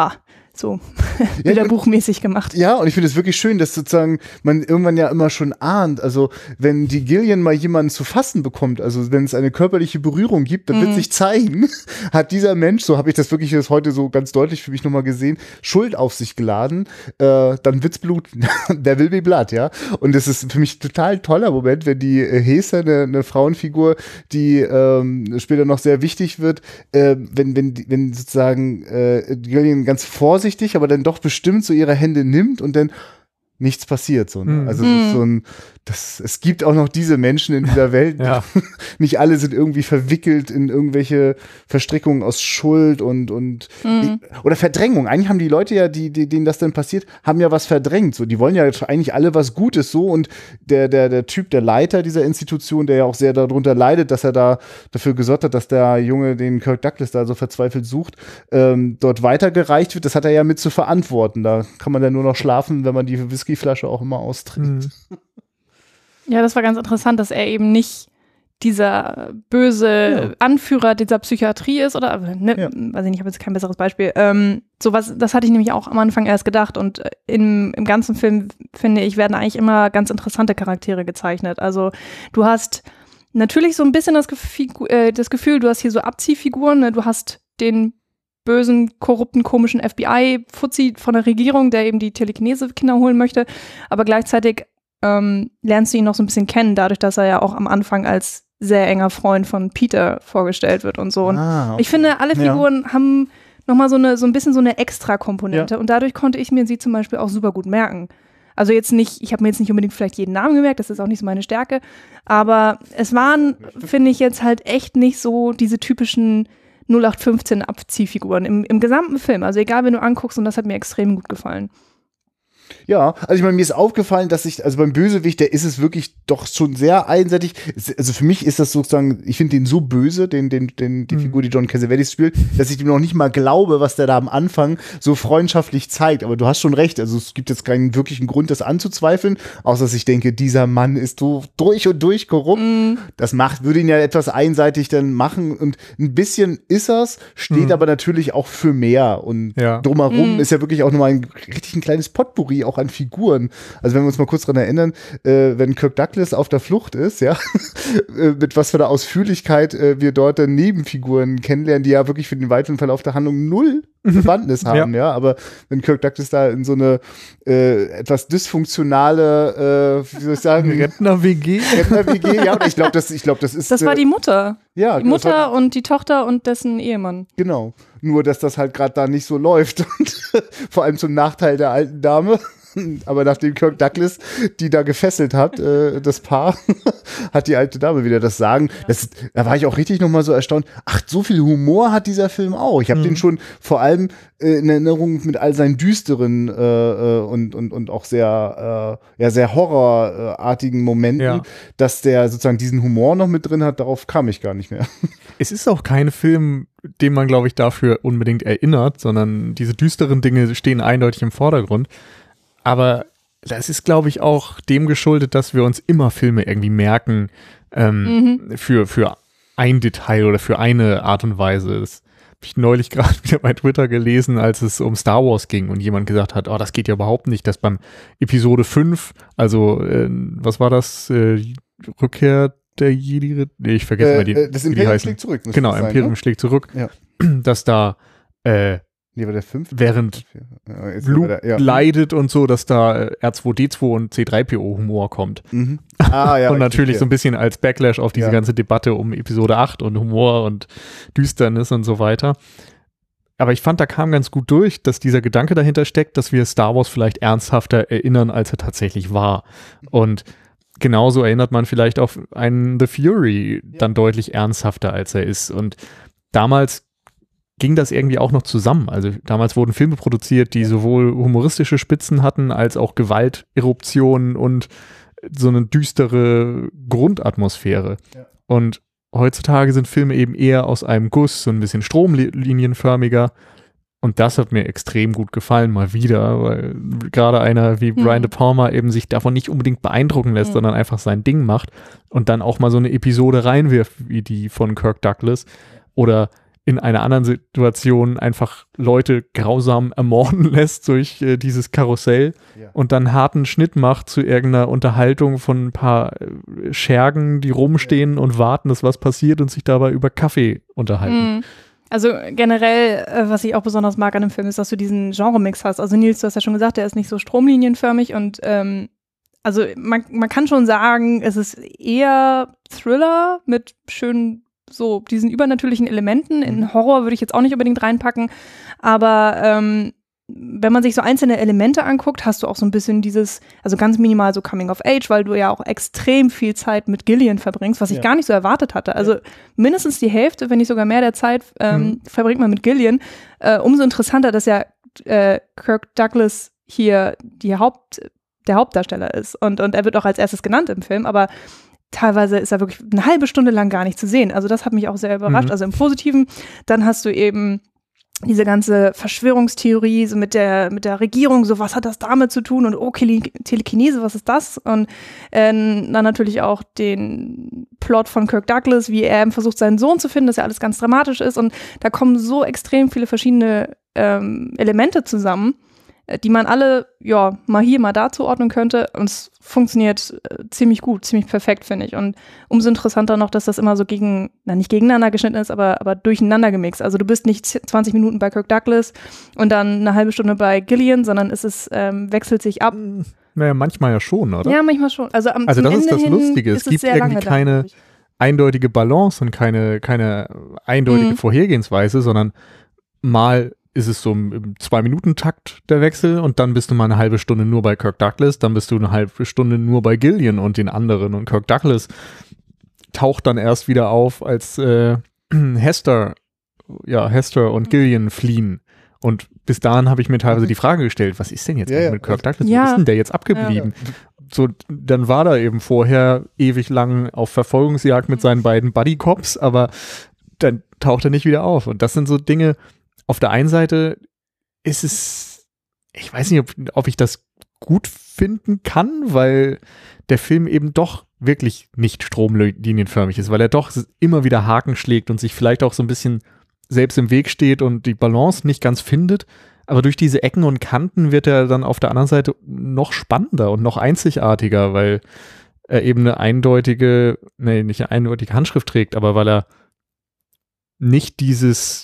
so bilderbuchmäßig gemacht. Ja, und ich finde es wirklich schön, dass sozusagen man irgendwann ja immer schon ahnt, also wenn die Gillian mal jemanden zu fassen bekommt, also wenn es eine körperliche Berührung gibt, dann mhm. wird sich zeigen, hat dieser Mensch, so habe ich das wirklich das heute so ganz deutlich für mich nochmal gesehen, Schuld auf sich geladen, äh, dann wird's Blut, der will be blood, ja. Und das ist für mich ein total toller Moment, wenn die äh, Hese, eine, eine Frauenfigur, die ähm, später noch sehr wichtig wird, äh, wenn, wenn, wenn sozusagen äh, Gillian ganz vorsichtig vorsichtig, aber dann doch bestimmt so ihre Hände nimmt und dann nichts passiert. So, ne? Also das ist so ein, das, es gibt auch noch diese Menschen in dieser Welt. Ja. Nicht alle sind irgendwie verwickelt in irgendwelche Verstrickungen aus Schuld und, und mhm. oder Verdrängung. Eigentlich haben die Leute ja, die, die, denen das dann passiert, haben ja was verdrängt. So, die wollen ja eigentlich alle was Gutes so und der, der, der Typ, der Leiter dieser Institution, der ja auch sehr darunter leidet, dass er da dafür gesorgt hat, dass der Junge, den Kirk Douglas da so verzweifelt sucht, ähm, dort weitergereicht wird, das hat er ja mit zu verantworten. Da kann man dann nur noch schlafen, wenn man die Whiskyflasche auch immer austrinkt. Mhm. Ja, das war ganz interessant, dass er eben nicht dieser böse ja. Anführer dieser Psychiatrie ist oder, ne, ja. weiß ich nicht, ich habe jetzt kein besseres Beispiel. Ähm, sowas, das hatte ich nämlich auch am Anfang erst gedacht und im, im ganzen Film, finde ich, werden eigentlich immer ganz interessante Charaktere gezeichnet. Also du hast natürlich so ein bisschen das, Gefigu- äh, das Gefühl, du hast hier so Abziehfiguren, ne? Du hast den bösen, korrupten, komischen F B I-Fuzzi von der Regierung, der eben die Telekinese-Kinder holen möchte, aber gleichzeitig ähm, lernst du ihn noch so ein bisschen kennen, dadurch, dass er ja auch am Anfang als sehr enger Freund von Peter vorgestellt wird und so. Und ah, okay. ich finde, alle Figuren ja. haben nochmal so eine, so ein bisschen so eine Extra-Komponente ja. und dadurch konnte ich mir sie zum Beispiel auch super gut merken. Also jetzt nicht, ich habe mir jetzt nicht unbedingt vielleicht jeden Namen gemerkt, das ist auch nicht so meine Stärke, aber es waren, finde ich jetzt halt echt nicht so diese typischen null acht fünfzehn Abziehfiguren im, im gesamten Film. Also egal, wenn du anguckst, und das hat mir extrem gut gefallen. Ja, also ich meine, mir ist aufgefallen, dass ich, also beim Bösewicht, der ist es wirklich doch schon sehr einseitig. Also für mich ist das sozusagen, ich finde den so böse, den, den, den, die mhm. Figur, die John Cassavetes spielt, dass ich dem noch nicht mal glaube, was der da am Anfang so freundschaftlich zeigt. Aber du hast schon recht, also es gibt jetzt keinen wirklichen Grund, das anzuzweifeln, außer dass ich denke, dieser Mann ist so durch und durch korrupt. Mhm. Das macht, würde ihn ja etwas einseitig dann machen und ein bisschen ist er's, steht mhm. aber natürlich auch für mehr und ja. drumherum mhm. ist ja wirklich auch nochmal ein richtig ein kleines Potpourri auch an Figuren. Also wenn wir uns mal kurz dran erinnern, äh, wenn Kirk Douglas auf der Flucht ist, ja, mit was für einer Ausführlichkeit äh, wir dort dann Nebenfiguren kennenlernen, die ja wirklich für den weiteren Verlauf der Handlung null Bewandtnis haben, ja. ja, aber wenn Kirk Douglas da in so eine äh, etwas dysfunktionale, äh, wie soll ich sagen, Rentner-W G? Rentner-W G, ja, und ich glaube, das, ich glaube, das ist. Das war die Mutter. Ja, die Mutter war, und die Tochter und dessen Ehemann. Genau. Nur, dass das halt gerade da nicht so läuft und vor allem zum Nachteil der alten Dame. Aber nachdem Kirk Douglas die da gefesselt hat, äh, das Paar, hat die alte Dame wieder das Sagen. Das, da war ich auch richtig nochmal so erstaunt. Ach, so viel Humor hat dieser Film auch. Ich habe mhm. den schon vor allem äh, in Erinnerung mit all seinen düsteren äh, und, und, und auch sehr, äh, ja, sehr horrorartigen Momenten, ja. dass der sozusagen diesen Humor noch mit drin hat. Darauf kam ich gar nicht mehr. Es ist auch kein Film, den man, glaube ich, dafür unbedingt erinnert, sondern diese düsteren Dinge stehen eindeutig im Vordergrund. Aber das ist, glaube ich, auch dem geschuldet, dass wir uns immer Filme irgendwie merken ähm, mhm. für, für ein Detail oder für eine Art und Weise. Das habe ich neulich gerade wieder bei Twitter gelesen, als es um Star Wars ging und jemand gesagt hat, oh, das geht ja überhaupt nicht, dass beim Episode fünf, also äh, was war das, äh, Rückkehr der Jedi, nee, ich vergesse äh, mal die, das wie die heißen. Schlägt zurück. Genau, sein, Imperium ne? schlägt zurück, ja. dass da äh, Nee, war der fünfte? Während ja, Luke ja. leidet und so, dass da R zwei D zwei und C drei P O Humor kommt. Mhm. Ah, ja, und natürlich okay. so ein bisschen als Backlash auf diese ja. ganze Debatte um Episode acht und Humor und Düsternis und so weiter. Aber ich fand, da kam ganz gut durch, dass dieser Gedanke dahinter steckt, dass wir Star Wars vielleicht ernsthafter erinnern, als er tatsächlich war. Und genauso erinnert man vielleicht auf einen The Fury ja. dann deutlich ernsthafter, als er ist. Und damals ging das irgendwie auch noch zusammen. Also damals wurden Filme produziert, die sowohl humoristische Spitzen hatten, als auch Gewalteruptionen und so eine düstere Grundatmosphäre. Ja. Und heutzutage sind Filme eben eher aus einem Guss, so ein bisschen stromlinienförmiger. Und das hat mir extrem gut gefallen, mal wieder, weil gerade einer wie Brian mhm. De Palma eben sich davon nicht unbedingt beeindrucken lässt, mhm. sondern einfach sein Ding macht und dann auch mal so eine Episode reinwirft, wie die von Kirk Douglas. Oder in einer anderen Situation einfach Leute grausam ermorden lässt durch äh, dieses Karussell Ja. und dann einen harten Schnitt macht zu irgendeiner Unterhaltung von ein paar äh, Schergen, die rumstehen und warten, dass was passiert und sich dabei über Kaffee unterhalten. Mhm. Also generell, äh, was ich auch besonders mag an dem Film, ist, dass du diesen Genre-Mix hast. Also Nils, du hast ja schon gesagt, der ist nicht so stromlinienförmig und ähm, also man, man kann schon sagen, es ist eher Thriller mit schönen so diesen übernatürlichen Elementen. In Horror würde ich jetzt auch nicht unbedingt reinpacken, aber ähm, wenn man sich so einzelne Elemente anguckt, hast du auch so ein bisschen dieses, also ganz minimal so Coming of Age, weil du ja auch extrem viel Zeit mit Gillian verbringst, was ich Ja. gar nicht so erwartet hatte. Also ja. mindestens die Hälfte, wenn nicht sogar mehr der Zeit ähm, mhm. verbringt man mit Gillian. Äh, umso interessanter, dass ja äh, Kirk Douglas hier die Haupt, der Hauptdarsteller ist und, und er wird auch als erstes genannt im Film, aber teilweise ist er wirklich eine halbe Stunde lang gar nicht zu sehen. Also das hat mich auch sehr überrascht, mhm. also im Positiven. Dann hast du eben diese ganze Verschwörungstheorie so mit der mit der Regierung, so was hat das damit zu tun und oh, Telekinese, was ist das? Und äh, dann natürlich auch den Plot von Kirk Douglas, wie er eben versucht, seinen Sohn zu finden, dass ja alles ganz dramatisch ist und da kommen so extrem viele verschiedene ähm, Elemente zusammen, die man alle, ja, mal hier, mal da zuordnen könnte und es funktioniert äh, ziemlich gut, ziemlich perfekt, finde ich. Und umso interessanter noch, dass das immer so gegen, na nicht gegeneinander geschnitten ist, aber, aber durcheinander gemixt. Also du bist nicht zwanzig Minuten bei Kirk Douglas und dann eine halbe Stunde bei Gillian, sondern es ist, ähm, wechselt sich ab. Naja, manchmal ja schon, oder? Ja, manchmal schon. Also, am, also das Ende ist das Lustige. Es gibt irgendwie keine eindeutige Balance und keine, keine eindeutige mhm. Vorhergehensweise, sondern mal ist es so im Zwei-Minuten-Takt der Wechsel und dann bist du mal eine halbe Stunde nur bei Kirk Douglas, dann bist du eine halbe Stunde nur bei Gillian und den anderen und Kirk Douglas taucht dann erst wieder auf, als äh, Hester, ja, Hester und Gillian fliehen. Und bis dahin habe ich mir teilweise die Frage gestellt, was ist denn jetzt ja, ja. mit Kirk Douglas? Ja. Wo ist denn der jetzt abgeblieben? Ja. So, dann war da eben vorher ewig lang auf Verfolgungsjagd mit seinen beiden Buddy-Cops, aber dann taucht er nicht wieder auf. Und das sind so Dinge, auf der einen Seite ist es, ich weiß nicht, ob, ob ich das gut finden kann, weil der Film eben doch wirklich nicht stromlinienförmig ist, weil er doch immer wieder Haken schlägt und sich vielleicht auch so ein bisschen selbst im Weg steht und die Balance nicht ganz findet. Aber durch diese Ecken und Kanten wird er dann auf der anderen Seite noch spannender und noch einzigartiger, weil er eben eine eindeutige, nee, nicht eine eindeutige Handschrift trägt, aber weil er nicht dieses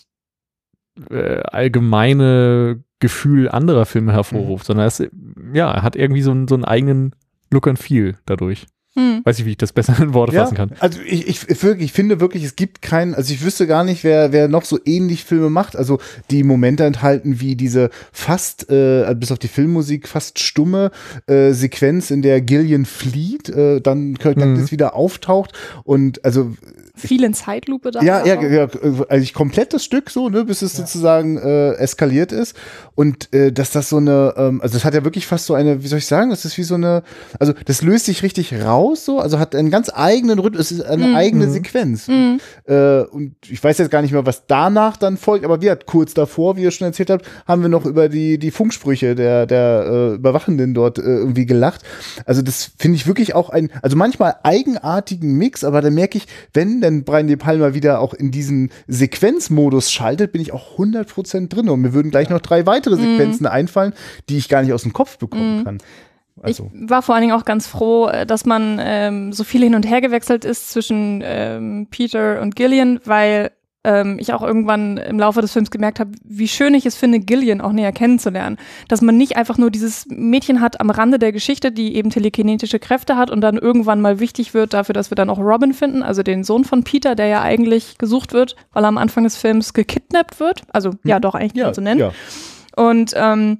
Äh, allgemeine Gefühl anderer Filme hervorruft, mhm. sondern es, ja, er hat irgendwie so einen, so einen eigenen Look and Feel dadurch. Hm. Weiß ich, wie ich das besser in Worte ja, fassen kann. Also ich, ich, wirklich, ich finde wirklich, es gibt keinen, also ich wüsste gar nicht, wer, wer noch so ähnlich Filme macht, also die Momente enthalten wie diese fast, äh, bis auf die Filmmusik, fast stumme äh, Sequenz, in der Gillian flieht, äh, dann Kirk Douglas mhm. wieder auftaucht und also viel in Zeitlupe da. Ja, ja, ja, also komplett das Stück so, ne, bis es ja. sozusagen äh, eskaliert ist. Und äh, dass das so eine, ähm, also das hat ja wirklich fast so eine, wie soll ich sagen, das ist wie so eine, also das löst sich richtig raus, so, also hat einen ganz eigenen Rhythmus, es ist eine mhm. eigene Sequenz. Mhm. Äh, und ich weiß jetzt gar nicht mehr, was danach dann folgt, aber wir hatten kurz davor, wie ihr schon erzählt habt, haben wir noch über die, die Funksprüche der, der äh, Überwachenden dort äh, irgendwie gelacht. Also das finde ich wirklich auch ein, also manchmal eigenartigen Mix, aber da merke ich, wenn wenn Brian De Palma wieder auch in diesen Sequenzmodus schaltet, bin ich auch hundert Prozent drin. Und mir würden gleich noch drei weitere Sequenzen mm. einfallen, die ich gar nicht aus dem Kopf bekommen mm. kann. Also. Ich war vor allen Dingen auch ganz froh, dass man ähm, so viel hin und her gewechselt ist zwischen ähm, Peter und Gillian, weil ähm, ich auch irgendwann im Laufe des Films gemerkt habe, wie schön ich es finde, Gillian auch näher kennenzulernen. Dass man nicht einfach nur dieses Mädchen hat am Rande der Geschichte, die eben telekinetische Kräfte hat und dann irgendwann mal wichtig wird dafür, dass wir dann auch Robin finden, also den Sohn von Peter, der ja eigentlich gesucht wird, weil er am Anfang des Films gekidnappt wird. Also hm. ja, doch eigentlich kann man so nennen. Ja. Und ähm,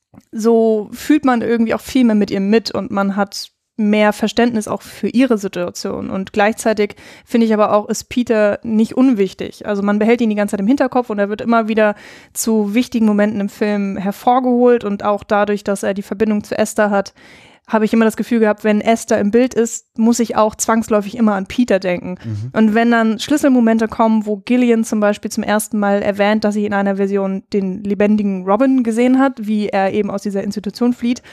so fühlt man irgendwie auch viel mehr mit ihr mit und man hat mehr Verständnis auch für ihre Situation. Und gleichzeitig finde ich aber auch, ist Peter nicht unwichtig. Also man behält ihn die ganze Zeit im Hinterkopf und er wird immer wieder zu wichtigen Momenten im Film hervorgeholt und auch dadurch, dass er die Verbindung zu Esther hat, habe ich immer das Gefühl gehabt, wenn Esther im Bild ist, muss ich auch zwangsläufig immer an Peter denken. Mhm. Und wenn dann Schlüsselmomente kommen, wo Gillian zum Beispiel zum ersten Mal erwähnt, dass sie in einer Version den lebendigen Robin gesehen hat, wie er eben aus dieser Institution flieht,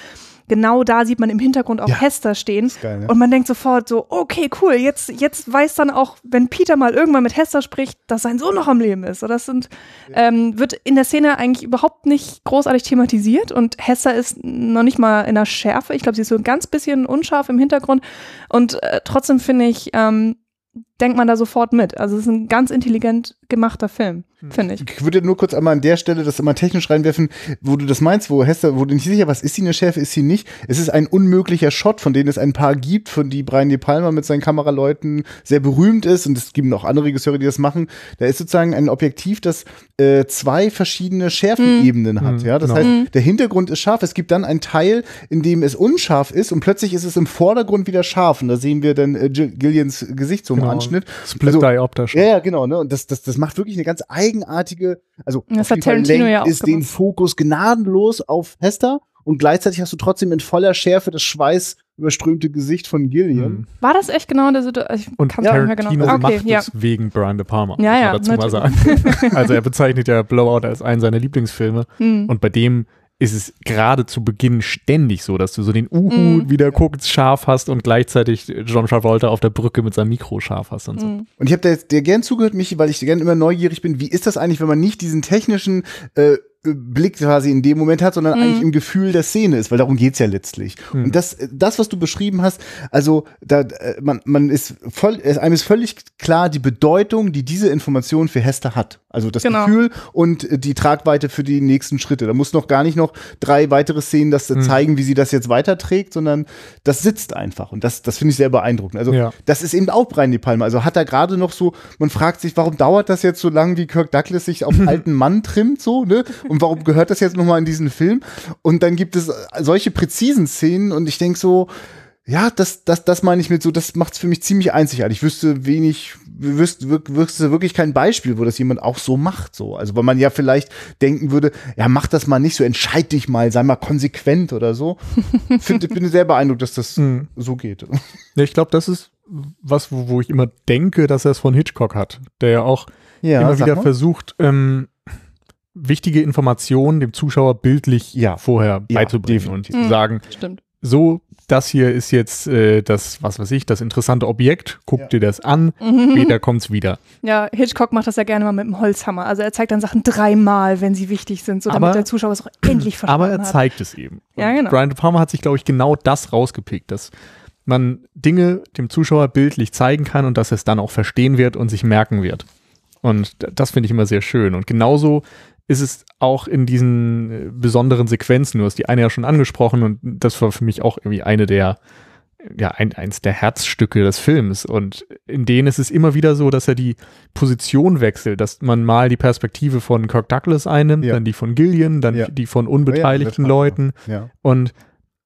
genau da sieht man im Hintergrund auch Ja. Hester stehen. Geil, ne? Und man denkt sofort so, okay, cool, jetzt, jetzt weiß dann auch, wenn Peter mal irgendwann mit Hester spricht, dass sein Sohn noch am Leben ist. So, das sind, ähm, wird in der Szene eigentlich überhaupt nicht großartig thematisiert und Hester ist noch nicht mal in der Schärfe. Ich glaube, sie ist so ein ganz bisschen unscharf im Hintergrund und äh, trotzdem finde ich, ähm, denkt man da sofort mit. Also es ist ein ganz intelligent gemachter Film, finde ich. Ich würde nur kurz einmal an der Stelle das immer technisch reinwerfen, wo du das meinst, wo Hester, wo du nicht sicher, was ist sie eine Schärfe, ist sie nicht. Es ist ein unmöglicher Shot, von denen es ein paar gibt, von die Brian De Palma mit seinen Kameraleuten sehr berühmt ist und es gibt noch andere Regisseure, die das machen. Da ist sozusagen ein Objektiv, das äh, zwei verschiedene Schärfenebenen Mhm. hat. Ja? Das Genau. heißt, der Hintergrund ist scharf. Es gibt dann einen Teil, in dem es unscharf ist und plötzlich ist es im Vordergrund wieder scharf. Und da sehen wir dann äh, Jill- Gillians Gesicht so im Genau. Anschnitt. Split Also- Diopter schon. Ja, ja, genau, ne? Und das, das, das macht wirklich eine ganz eigenartige, also Das auf hat jeden Fall Tarantino lenkt ja auch es den gemacht. Fokus gnadenlos auf Hester und gleichzeitig hast du trotzdem in voller Schärfe das schweißüberströmte Gesicht von Gillian. Mhm. War das echt genau in der Situation? Ich Und kann's gar nicht mehr Tarantino genau. Okay, macht ja. es wegen Brian De Palma, Ja, muss ja, man dazu mal sagen. Also er bezeichnet ja Blowout als einen seiner Lieblingsfilme Hm. und bei dem ist es gerade zu Beginn ständig so, dass du so den Uhu Mhm. wieder guckt, scharf hast und gleichzeitig John Travolta auf der Brücke mit seinem Mikro scharf hast und so. Hm. Und ich habe da jetzt dir gern zugehört, Michi, weil ich gern immer neugierig bin. Wie ist das eigentlich, wenn man nicht diesen technischen äh, Blick quasi in dem Moment hat, sondern Mhm. eigentlich im Gefühl der Szene ist, weil darum geht's ja letztlich. Mhm. Und das, das, was du beschrieben hast, also da, äh, man, man ist voll, es- einem ist völlig klar die Bedeutung, die diese Information für Hester hat. Also das Genau. Gefühl und äh, die Tragweite für die nächsten Schritte. Da muss noch gar nicht noch drei weitere Szenen das äh, Mhm. zeigen, wie sie das jetzt weiterträgt, sondern das sitzt einfach. Und das, das finde ich sehr beeindruckend. Also Ja. das ist eben auch Brian De Palma. Also hat er gerade noch so, man fragt sich, warum dauert das jetzt so lange, wie Kirk Douglas sich auf einen alten Mann trimmt, so, ne? Und warum gehört das jetzt nochmal in diesen Film? Und dann gibt es solche präzisen Szenen und ich denke so, ja, das, das, das meine ich mit so, das macht es für mich ziemlich einzigartig. Ich wüsste wenig, wüsste, wüsste wirklich kein Beispiel, wo das jemand auch so macht, so. Also, weil man ja vielleicht denken würde, ja, mach das mal nicht so, entscheid dich mal, sei mal konsequent oder so. Find, bin sehr beeindruckt, dass das Mhm. so geht. Ja, ich glaube, das ist was, wo, wo ich immer denke, dass er es von Hitchcock hat, der ja auch Ja, immer sag wieder mal. versucht, ähm, wichtige Informationen dem Zuschauer bildlich Ja. vorher Ja, beizubringen und definitiv. zu Mhm. sagen, Stimmt. so, das hier ist jetzt äh, das, was weiß ich, das interessante Objekt, guck Ja. dir das an, Mhm. später kommt's wieder. Ja, Hitchcock macht das ja gerne mal mit dem Holzhammer. Also er zeigt dann Sachen dreimal, wenn sie wichtig sind, so damit Aber- der Zuschauer es auch endlich verstanden Aber er hat. zeigt es eben. Ja, Und genau. Brian De Palma hat sich, glaube ich, genau das rausgepickt, dass man Dinge dem Zuschauer bildlich zeigen kann und dass er es dann auch verstehen wird und sich merken wird. Und d- das finde ich immer sehr schön. Und genauso ist es auch in diesen äh, besonderen Sequenzen. Du hast die eine ja schon angesprochen und das war für mich auch irgendwie eine der, ja, ein, eins der Herzstücke des Films. Und in denen ist es immer wieder so, dass er die Position wechselt, dass man mal die Perspektive von Kirk Douglas einnimmt, Ja. dann die von Gillian, dann Ja. die von Ja, unbeteiligten ja, Leuten. Ja. Und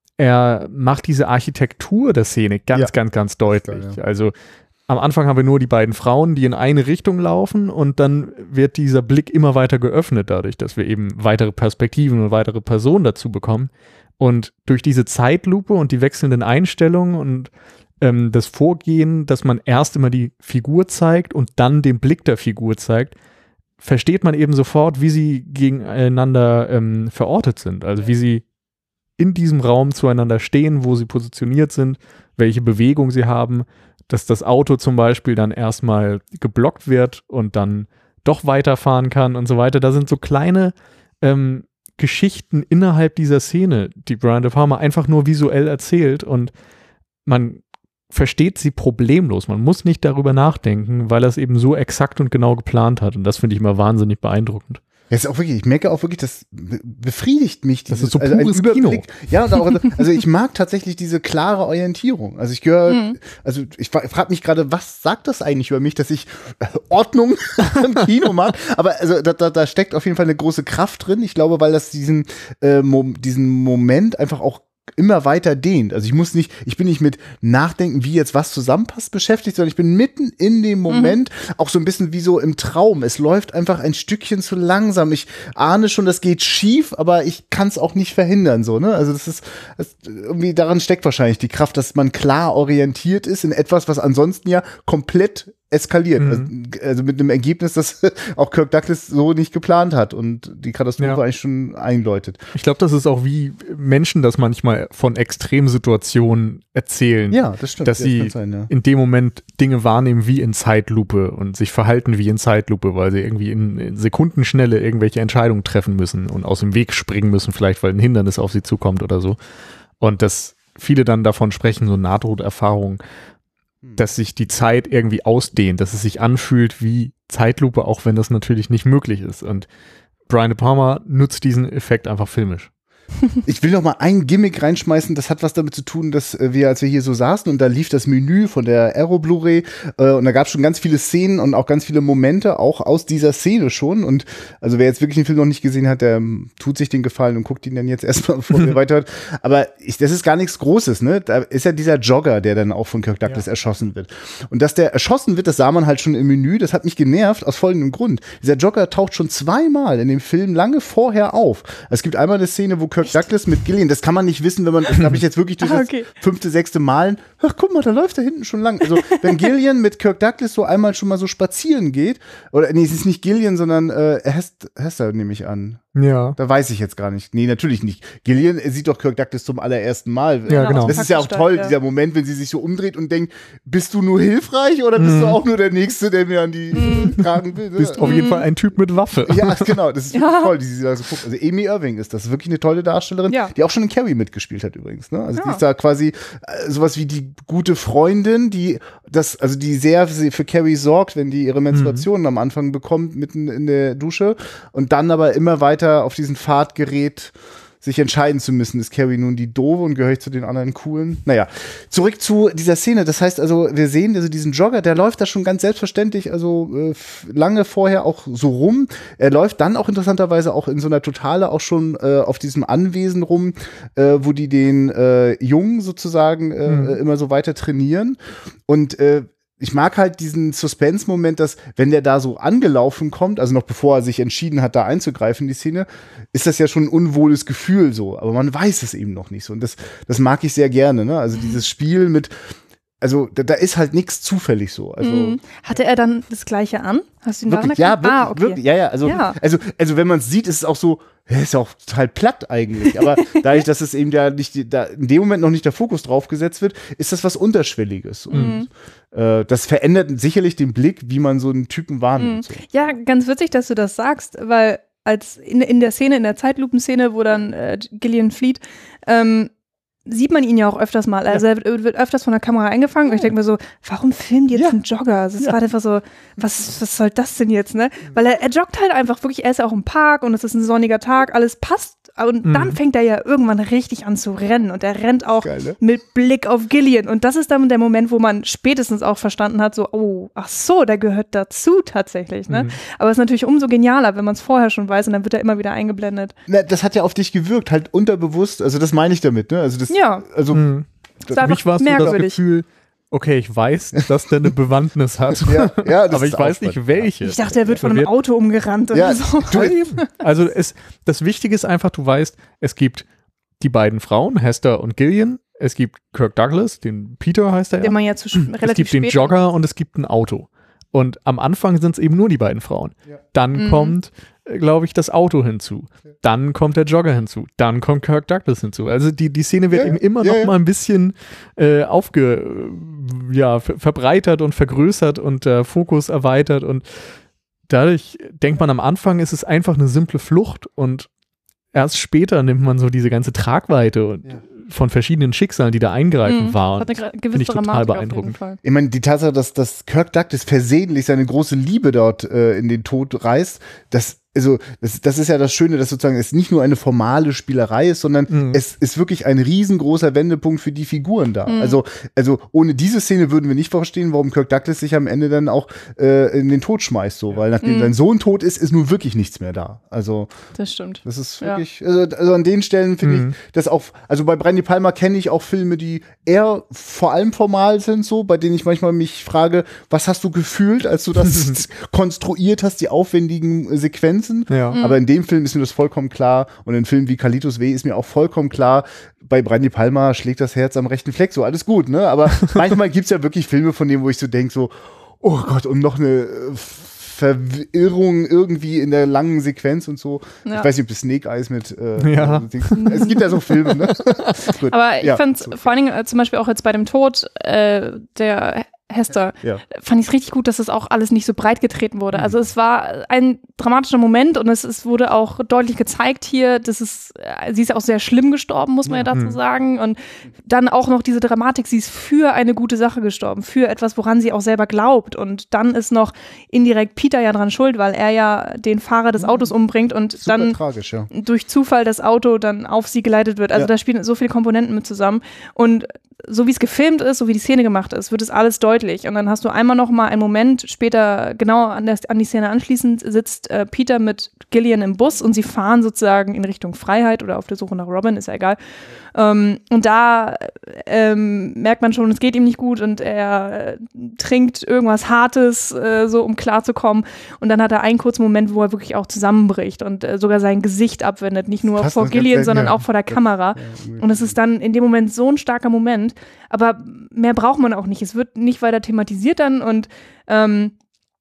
er macht diese Architektur der Szene ganz, Ja. ganz, ganz deutlich. Geil, ja. Also am Anfang haben wir nur die beiden Frauen, die in eine Richtung laufen und dann wird dieser Blick immer weiter geöffnet dadurch, dass wir eben weitere Perspektiven und weitere Personen dazu bekommen. Und durch diese Zeitlupe und die wechselnden Einstellungen und ähm, das Vorgehen, dass man erst immer die Figur zeigt und dann den Blick der Figur zeigt, versteht man eben sofort, wie sie gegeneinander ähm, verortet sind. Also wie sie in diesem Raum zueinander stehen, wo sie positioniert sind, welche Bewegung sie haben, dass das Auto zum Beispiel dann erstmal geblockt wird und dann doch weiterfahren kann und so weiter. Da sind so kleine ähm, Geschichten innerhalb dieser Szene, die Brian De Palma einfach nur visuell erzählt und man versteht sie problemlos. Man muss nicht darüber nachdenken, weil er es eben so exakt und genau geplant hat und das finde ich immer wahnsinnig beeindruckend. Ja, ist auch wirklich, ich merke auch wirklich, das be- befriedigt mich. Das Dieses, ist so also ein pures Überblick. Kino. Ja, und auch, also ich mag tatsächlich diese klare Orientierung. Also ich gehöre, Mhm. also ich fra- frage mich gerade, was sagt das eigentlich über mich, dass ich äh, Ordnung im Kino mag? Aber also da, da, da steckt auf jeden Fall eine große Kraft drin. Ich glaube, weil das diesen, äh, Mom- diesen Moment einfach auch immer weiter dehnt. Also ich muss nicht, ich bin nicht mit Nachdenken, wie jetzt was zusammenpasst, beschäftigt, sondern ich bin mitten in dem Moment, auch so ein bisschen wie so im Traum. Es läuft einfach ein Stückchen zu langsam. Ich ahne schon, das geht schief, aber ich kann es auch nicht verhindern, so, ne? Also das ist, das, irgendwie daran steckt wahrscheinlich die Kraft, dass man klar orientiert ist in etwas, was ansonsten ja komplett eskaliert. Mhm. Also, also mit einem Ergebnis, das auch Kirk Douglas so nicht geplant hat und die Katastrophe Ja. eigentlich schon einläutet. Ich glaube, das ist auch wie Menschen das manchmal von Extremsituationen erzählen. Ja, das stimmt. Dass Ja, sie kann sein, ja. in dem Moment Dinge wahrnehmen wie in Zeitlupe und sich verhalten wie in Zeitlupe, weil sie irgendwie in, in Sekundenschnelle irgendwelche Entscheidungen treffen müssen und aus dem Weg springen müssen, vielleicht weil ein Hindernis auf sie zukommt oder so. Und dass viele dann davon sprechen, so Nahtoderfahrungen, dass sich die Zeit irgendwie ausdehnt, dass es sich anfühlt wie Zeitlupe, auch wenn das natürlich nicht möglich ist. Und Brian De Palma nutzt diesen Effekt einfach filmisch. Ich will noch mal ein Gimmick reinschmeißen, das hat was damit zu tun, dass wir, als wir hier so saßen und da lief das Menü von der Arrow Blu-ray äh, und da gab es schon ganz viele Szenen und auch ganz viele Momente, auch aus dieser Szene schon und also wer jetzt wirklich den Film noch nicht gesehen hat, der ähm, tut sich den Gefallen und guckt ihn dann jetzt erstmal, bevor wir weiterhört. Aber ich, das ist gar nichts Großes, ne? Da ist ja dieser Jogger, der dann auch von Kirk Douglas ja. erschossen wird. Und dass der erschossen wird, das sah man halt schon im Menü, das hat mich genervt aus folgendem Grund. Dieser Jogger taucht schon zweimal in dem Film lange vorher auf. Es gibt einmal eine Szene, wo Kirk Douglas mit Gillian, das kann man nicht wissen, wenn man, das habe ich jetzt wirklich durch Ah, das okay. fünfte, sechste Malen, ach guck mal, da läuft er hinten schon lang. Also wenn Gillian mit Kirk Douglas so einmal schon mal so spazieren geht, oder nee, es ist nicht Gillian, sondern äh, Hester, Hester nehme ich an. Ja. Da weiß ich jetzt gar nicht. Nee, natürlich nicht. Gillian sieht doch Kirk Douglas zum allerersten Mal. Ja, genau. Das ist ja auch toll, ja. dieser Moment, wenn sie sich so umdreht und denkt, bist du nur hilfreich oder bist mm. du auch nur der Nächste, der mir an die mm. tragen will? Du bist auf jeden Fall ein Typ mit Waffe. Ja, genau. Das ist ja. wirklich toll, wie sie da so guckt. Also Amy Irving ist das. Wirklich eine tolle Darstellerin, ja. die auch schon in Carrie mitgespielt hat übrigens. Ne? Also ja. die ist da quasi äh, sowas wie die gute Freundin, die das, also die sehr für Carrie sorgt, wenn die ihre Menstruation mm. am Anfang bekommt, mitten in der Dusche und dann aber immer weiter auf diesen Pfad gerät, sich entscheiden zu müssen. Ist Carrie nun die Doofe und gehöre ich zu den anderen Coolen? Naja, zurück zu dieser Szene. Das heißt also, wir sehen also diesen Jogger, der läuft da schon ganz selbstverständlich, also äh, lange vorher auch so rum. Er läuft dann auch interessanterweise auch in so einer Totale auch schon äh, auf diesem Anwesen rum, äh, wo die den äh, Jungen sozusagen äh, mhm. immer so weiter trainieren. Und äh, ich mag halt diesen Suspense-Moment, dass, wenn der da so angelaufen kommt, also noch bevor er sich entschieden hat, da einzugreifen in die Szene, ist das ja schon ein unwohles Gefühl so. Aber man weiß es eben noch nicht so. Und das, das mag ich sehr gerne, ne? Also dieses Spiel mit, also da, da ist halt nichts zufällig so. Also, mhm. Hatte er dann das Gleiche an? Hast du ihn wirklich, da ja, wirklich, ah, okay. wirklich, ja, ja. Also, ja. also, also wenn man es sieht, ist es auch so, ja, ist ja auch total platt eigentlich. Aber dadurch, dass es eben ja nicht, die, da in dem Moment noch nicht der Fokus drauf gesetzt wird, ist das was Unterschwelliges. Mhm. Und äh, das verändert sicherlich den Blick, wie man so einen Typen wahrnimmt. Mhm. So. Ja, ganz witzig, dass du das sagst, weil als in, in der Szene, in der Zeitlupenszene, wo dann äh, Gillian flieht, ähm, sieht man ihn ja auch öfters mal. Also er wird öfters von der Kamera eingefangen. Und ich denke mir so, warum filmen die jetzt ja. einen Jogger? Also es ja. war einfach so, was, was soll das denn jetzt, ne? Weil er, er joggt halt einfach wirklich, er ist ja auch im Park und es ist ein sonniger Tag, alles passt. Und mhm. dann fängt er ja irgendwann richtig an zu rennen. Und er rennt auch Geil, ne? mit Blick auf Gillian. Und das ist dann der Moment, wo man spätestens auch verstanden hat, so, oh, ach so, der gehört dazu tatsächlich, ne? Mhm. Aber es ist natürlich umso genialer, wenn man es vorher schon weiß und dann wird er immer wieder eingeblendet. Na, das hat ja auf dich gewirkt, halt unterbewusst. Also das meine ich damit, ne? Also das Ja. Also, mhm. das Für mich war es so das Gefühl, okay, ich weiß, dass der eine Bewandtnis hat, ja, ja, aber ich weiß nicht, welche. Ich dachte, er wird von einem Auto umgerannt ja, oder so. Also es, das Wichtige ist einfach, du weißt, es gibt die beiden Frauen, Hester und Gillian, es gibt Kirk Douglas, den Peter heißt er ja. Den man ja zu relativ Es gibt den Jogger und es gibt ein Auto. Und am Anfang sind es eben nur die beiden Frauen. Ja. Dann mhm. kommt, glaube ich, das Auto hinzu. Dann kommt der Jogger hinzu. Dann kommt Kirk Douglas hinzu. Also die, die Szene wird ja, eben immer ja, noch ja. mal ein bisschen äh, aufge, ja, ver- verbreitert und vergrößert und der Fokus erweitert. Und dadurch denkt man am Anfang, ist es einfach eine simple Flucht und erst später nimmt man so diese ganze Tragweite und ja. von verschiedenen Schicksalen, die da eingreifen mhm. waren. Hat eine gewisse Finde ich total beeindruckend. Ich meine, die Tatsache, dass, dass Kirk Douglas versehentlich seine große Liebe dort äh, in den Tod reißt, das Also das, das ist ja das Schöne, dass sozusagen es nicht nur eine formale Spielerei ist, sondern mhm. es ist wirklich ein riesengroßer Wendepunkt für die Figuren da. Mhm. Also, also ohne diese Szene würden wir nicht verstehen, warum Kirk Douglas sich am Ende dann auch äh, in den Tod schmeißt, so, weil nachdem mhm. sein Sohn tot ist, ist nun wirklich nichts mehr da. Also das stimmt. Das ist wirklich, ja. also, also an den Stellen finde mhm. ich das auch, also bei Brian De Palma kenne ich auch Filme, die eher vor allem formal sind, so, bei denen ich manchmal mich frage, was hast du gefühlt, als du das konstruiert hast, die aufwendigen Sequenzen. Ja. Mhm. Aber in dem Film ist mir das vollkommen klar und in Filmen wie Carlitos Way ist mir auch vollkommen klar, bei Brian De Palma schlägt das Herz am rechten Fleck, so alles gut, ne? Aber manchmal gibt es ja wirklich Filme von dem, wo ich so denke, so, oh Gott, und noch eine Verirrung irgendwie in der langen Sequenz und so. Ja. Ich weiß nicht, ob das Snake Eyes mit äh, ja. es gibt ja so Filme, ne? Aber ich ja, fand so. vor allen Dingen äh, zum Beispiel auch jetzt bei dem Tod äh, der Hester, ja. fand ich es richtig gut, dass das auch alles nicht so breit getreten wurde. Also es war ein dramatischer Moment und es, es wurde auch deutlich gezeigt hier, dass es, sie ist ja auch sehr schlimm gestorben, muss man ja, ja dazu sagen. Und dann auch noch diese Dramatik, sie ist für eine gute Sache gestorben, für etwas, woran sie auch selber glaubt. Und dann ist noch indirekt Peter ja dran schuld, weil er ja den Fahrer des Autos umbringt und Super dann tragisch, ja. durch Zufall das Auto dann auf sie geleitet wird. Also ja. da spielen so viele Komponenten mit zusammen. Und so wie es gefilmt ist, so wie die Szene gemacht ist, wird es alles deutlich. Und dann hast du einmal noch mal einen Moment später, genau an, der, an die Szene anschließend, sitzt äh, Peter mit Gillian im Bus und sie fahren sozusagen in Richtung Freiheit oder auf der Suche nach Robin, ist ja egal. Ähm, und da ähm, merkt man schon, es geht ihm nicht gut und er äh, trinkt irgendwas Hartes, äh, so um klarzukommen. Und dann hat er einen kurzen Moment, wo er wirklich auch zusammenbricht und äh, sogar sein Gesicht abwendet. Nicht nur Fast vor Gillian, sondern ja. auch vor der Kamera. Ja, und es ist dann in dem Moment so ein starker Moment. Aber mehr braucht man auch nicht. Es wird nicht weiter thematisiert dann und ähm,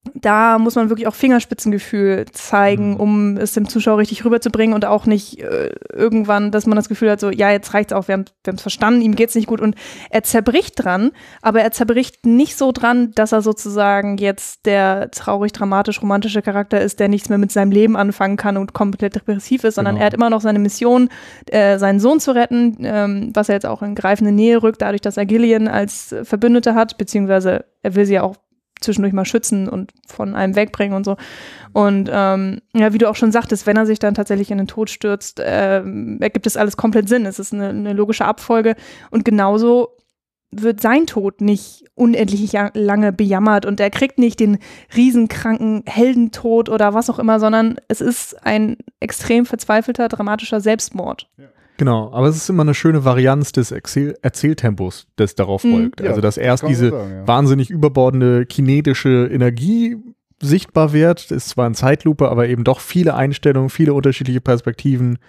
da muss man wirklich auch Fingerspitzengefühl zeigen, um es dem Zuschauer richtig rüberzubringen und auch nicht äh, irgendwann, dass man das Gefühl hat, so, ja, jetzt reicht's auch, wir haben es verstanden, ihm geht's nicht gut und er zerbricht dran, aber er zerbricht nicht so dran, dass er sozusagen jetzt der traurig, dramatisch, romantische Charakter ist, der nichts mehr mit seinem Leben anfangen kann und komplett depressiv ist, sondern genau. er hat immer noch seine Mission, äh, seinen Sohn zu retten, ähm, was er jetzt auch in greifende Nähe rückt, dadurch, dass er Gillian als Verbündete hat, beziehungsweise er will sie ja auch zwischendurch mal schützen und von einem wegbringen und so. Und ähm, ja, wie du auch schon sagtest, wenn er sich dann tatsächlich in den Tod stürzt, äh, ergibt das alles komplett Sinn. Es ist eine, eine logische Abfolge. Und genauso wird sein Tod nicht unendlich lange bejammert und er kriegt nicht den riesenkranken Heldentod oder was auch immer, sondern es ist ein extrem verzweifelter, dramatischer Selbstmord. Ja. Genau, aber es ist immer eine schöne Varianz des Erzähl- Erzähltempos, das darauf folgt. Ja, also, dass erst kann diese sagen, ja. wahnsinnig überbordende kinetische Energie sichtbar wird, ist zwar in Zeitlupe, aber eben doch viele Einstellungen, viele unterschiedliche Perspektiven,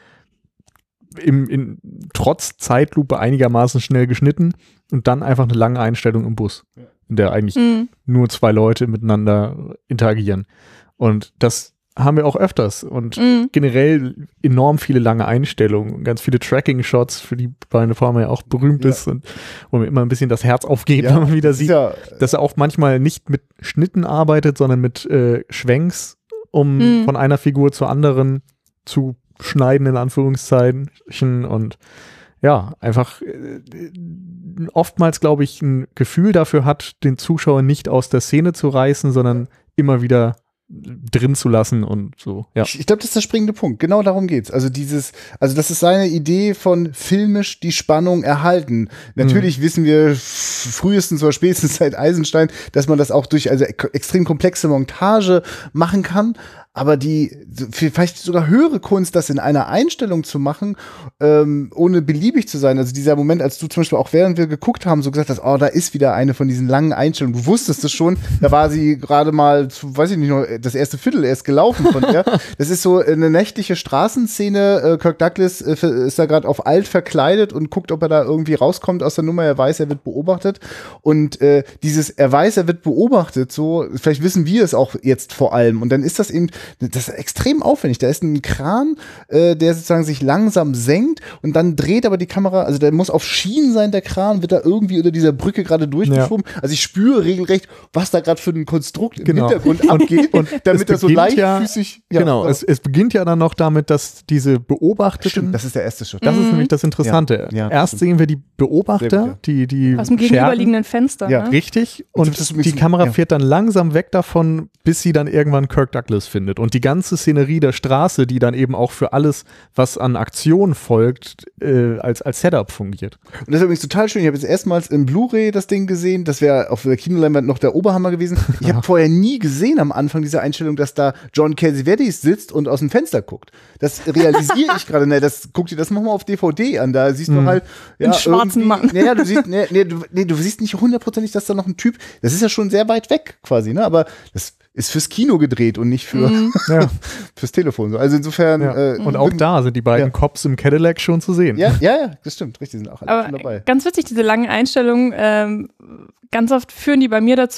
im, in, trotz Zeitlupe einigermaßen schnell geschnitten und dann einfach eine lange Einstellung im Bus, in der eigentlich mhm. nur zwei Leute miteinander interagieren. Und das haben wir auch öfters und mhm. generell enorm viele lange Einstellungen, ganz viele Tracking-Shots, für die Brian De Palma ja auch berühmt ja. ist und wo mir immer ein bisschen das Herz aufgeht, ja, wenn man wieder sieht, ja, dass er auch manchmal nicht mit Schnitten arbeitet, sondern mit äh, Schwenks, um mhm. von einer Figur zur anderen zu schneiden, in Anführungszeichen, und ja, einfach äh, oftmals, glaube ich, ein Gefühl dafür hat, den Zuschauer nicht aus der Szene zu reißen, sondern immer wieder drin zu lassen und so, ja. Ich, ich glaube, das ist der springende Punkt. Genau darum geht's. Also dieses, also das ist seine Idee von filmisch die Spannung erhalten. Natürlich mhm. wissen wir frühestens oder spätestens seit Eisenstein, dass man das auch durch also extrem komplexe Montage machen kann. Aber die, vielleicht sogar höhere Kunst, das in einer Einstellung zu machen, ähm, ohne beliebig zu sein. Also dieser Moment, als du zum Beispiel auch während wir geguckt haben, so gesagt hast, oh, da ist wieder eine von diesen langen Einstellungen. Du wusstest es schon, da war sie gerade mal, weiß ich nicht, noch das erste Viertel erst gelaufen von der. Das ist so eine nächtliche Straßenszene. Äh, Kirk Douglas äh, ist da gerade auf alt verkleidet und guckt, ob er da irgendwie rauskommt aus der Nummer. Er weiß, er wird beobachtet. Und äh, dieses, er weiß, er wird beobachtet, so, vielleicht wissen wir es auch jetzt vor allem. Und dann ist das eben das ist extrem aufwendig. Da ist ein Kran, äh, der sozusagen sich langsam senkt und dann dreht aber die Kamera, also der muss auf Schienen sein, der Kran, wird da irgendwie unter dieser Brücke gerade durchgeschoben. Ja. Also ich spüre regelrecht, was da gerade für ein Konstrukt im genau. Hintergrund abgeht, und damit das so leichtfüßig. Ja, genau, ja. Es, es beginnt ja dann noch damit, dass diese Beobachteten. Stimmt, das ist der erste Schritt. Das mhm. ist nämlich das Interessante. Ja, ja, Erst stimmt. sehen wir die Beobachter, gut, ja. die, die aus dem gegenüberliegenden Fenster. Ja, ne? richtig. Und und die Kamera ja. fährt dann langsam weg davon, bis sie dann irgendwann Kirk Douglas findet. Und die ganze Szenerie der Straße, die dann eben auch für alles, was an Aktion folgt, äh, als, als Setup fungiert. Und das ist übrigens total schön. Ich habe jetzt erstmals im Blu-ray das Ding gesehen. Das wäre auf der Kinoleinwand noch der Oberhammer gewesen. Ich habe vorher nie gesehen am Anfang dieser Einstellung, dass da John Cassavetes sitzt und aus dem Fenster guckt. Das realisiere ich gerade. Ne, das guck dir das nochmal auf D V D an. Da siehst du mhm. halt ja, einen schwarzen Mann. Nee, ja, du siehst, nee, nee, du, nee, du siehst nicht hundertprozentig, dass da noch ein Typ. Das ist ja schon sehr weit weg quasi, ne? Aber das ist fürs Kino gedreht und nicht für mhm. ja. fürs Telefon. Also insofern. Ja. Äh, und auch da sind die beiden ja. Cops im Cadillac schon zu sehen. Ja, ja, ja, das stimmt. Richtig, sind auch alle Aber schon dabei. Ganz witzig, diese langen Einstellungen. Ähm, ganz oft führen die bei mir dazu,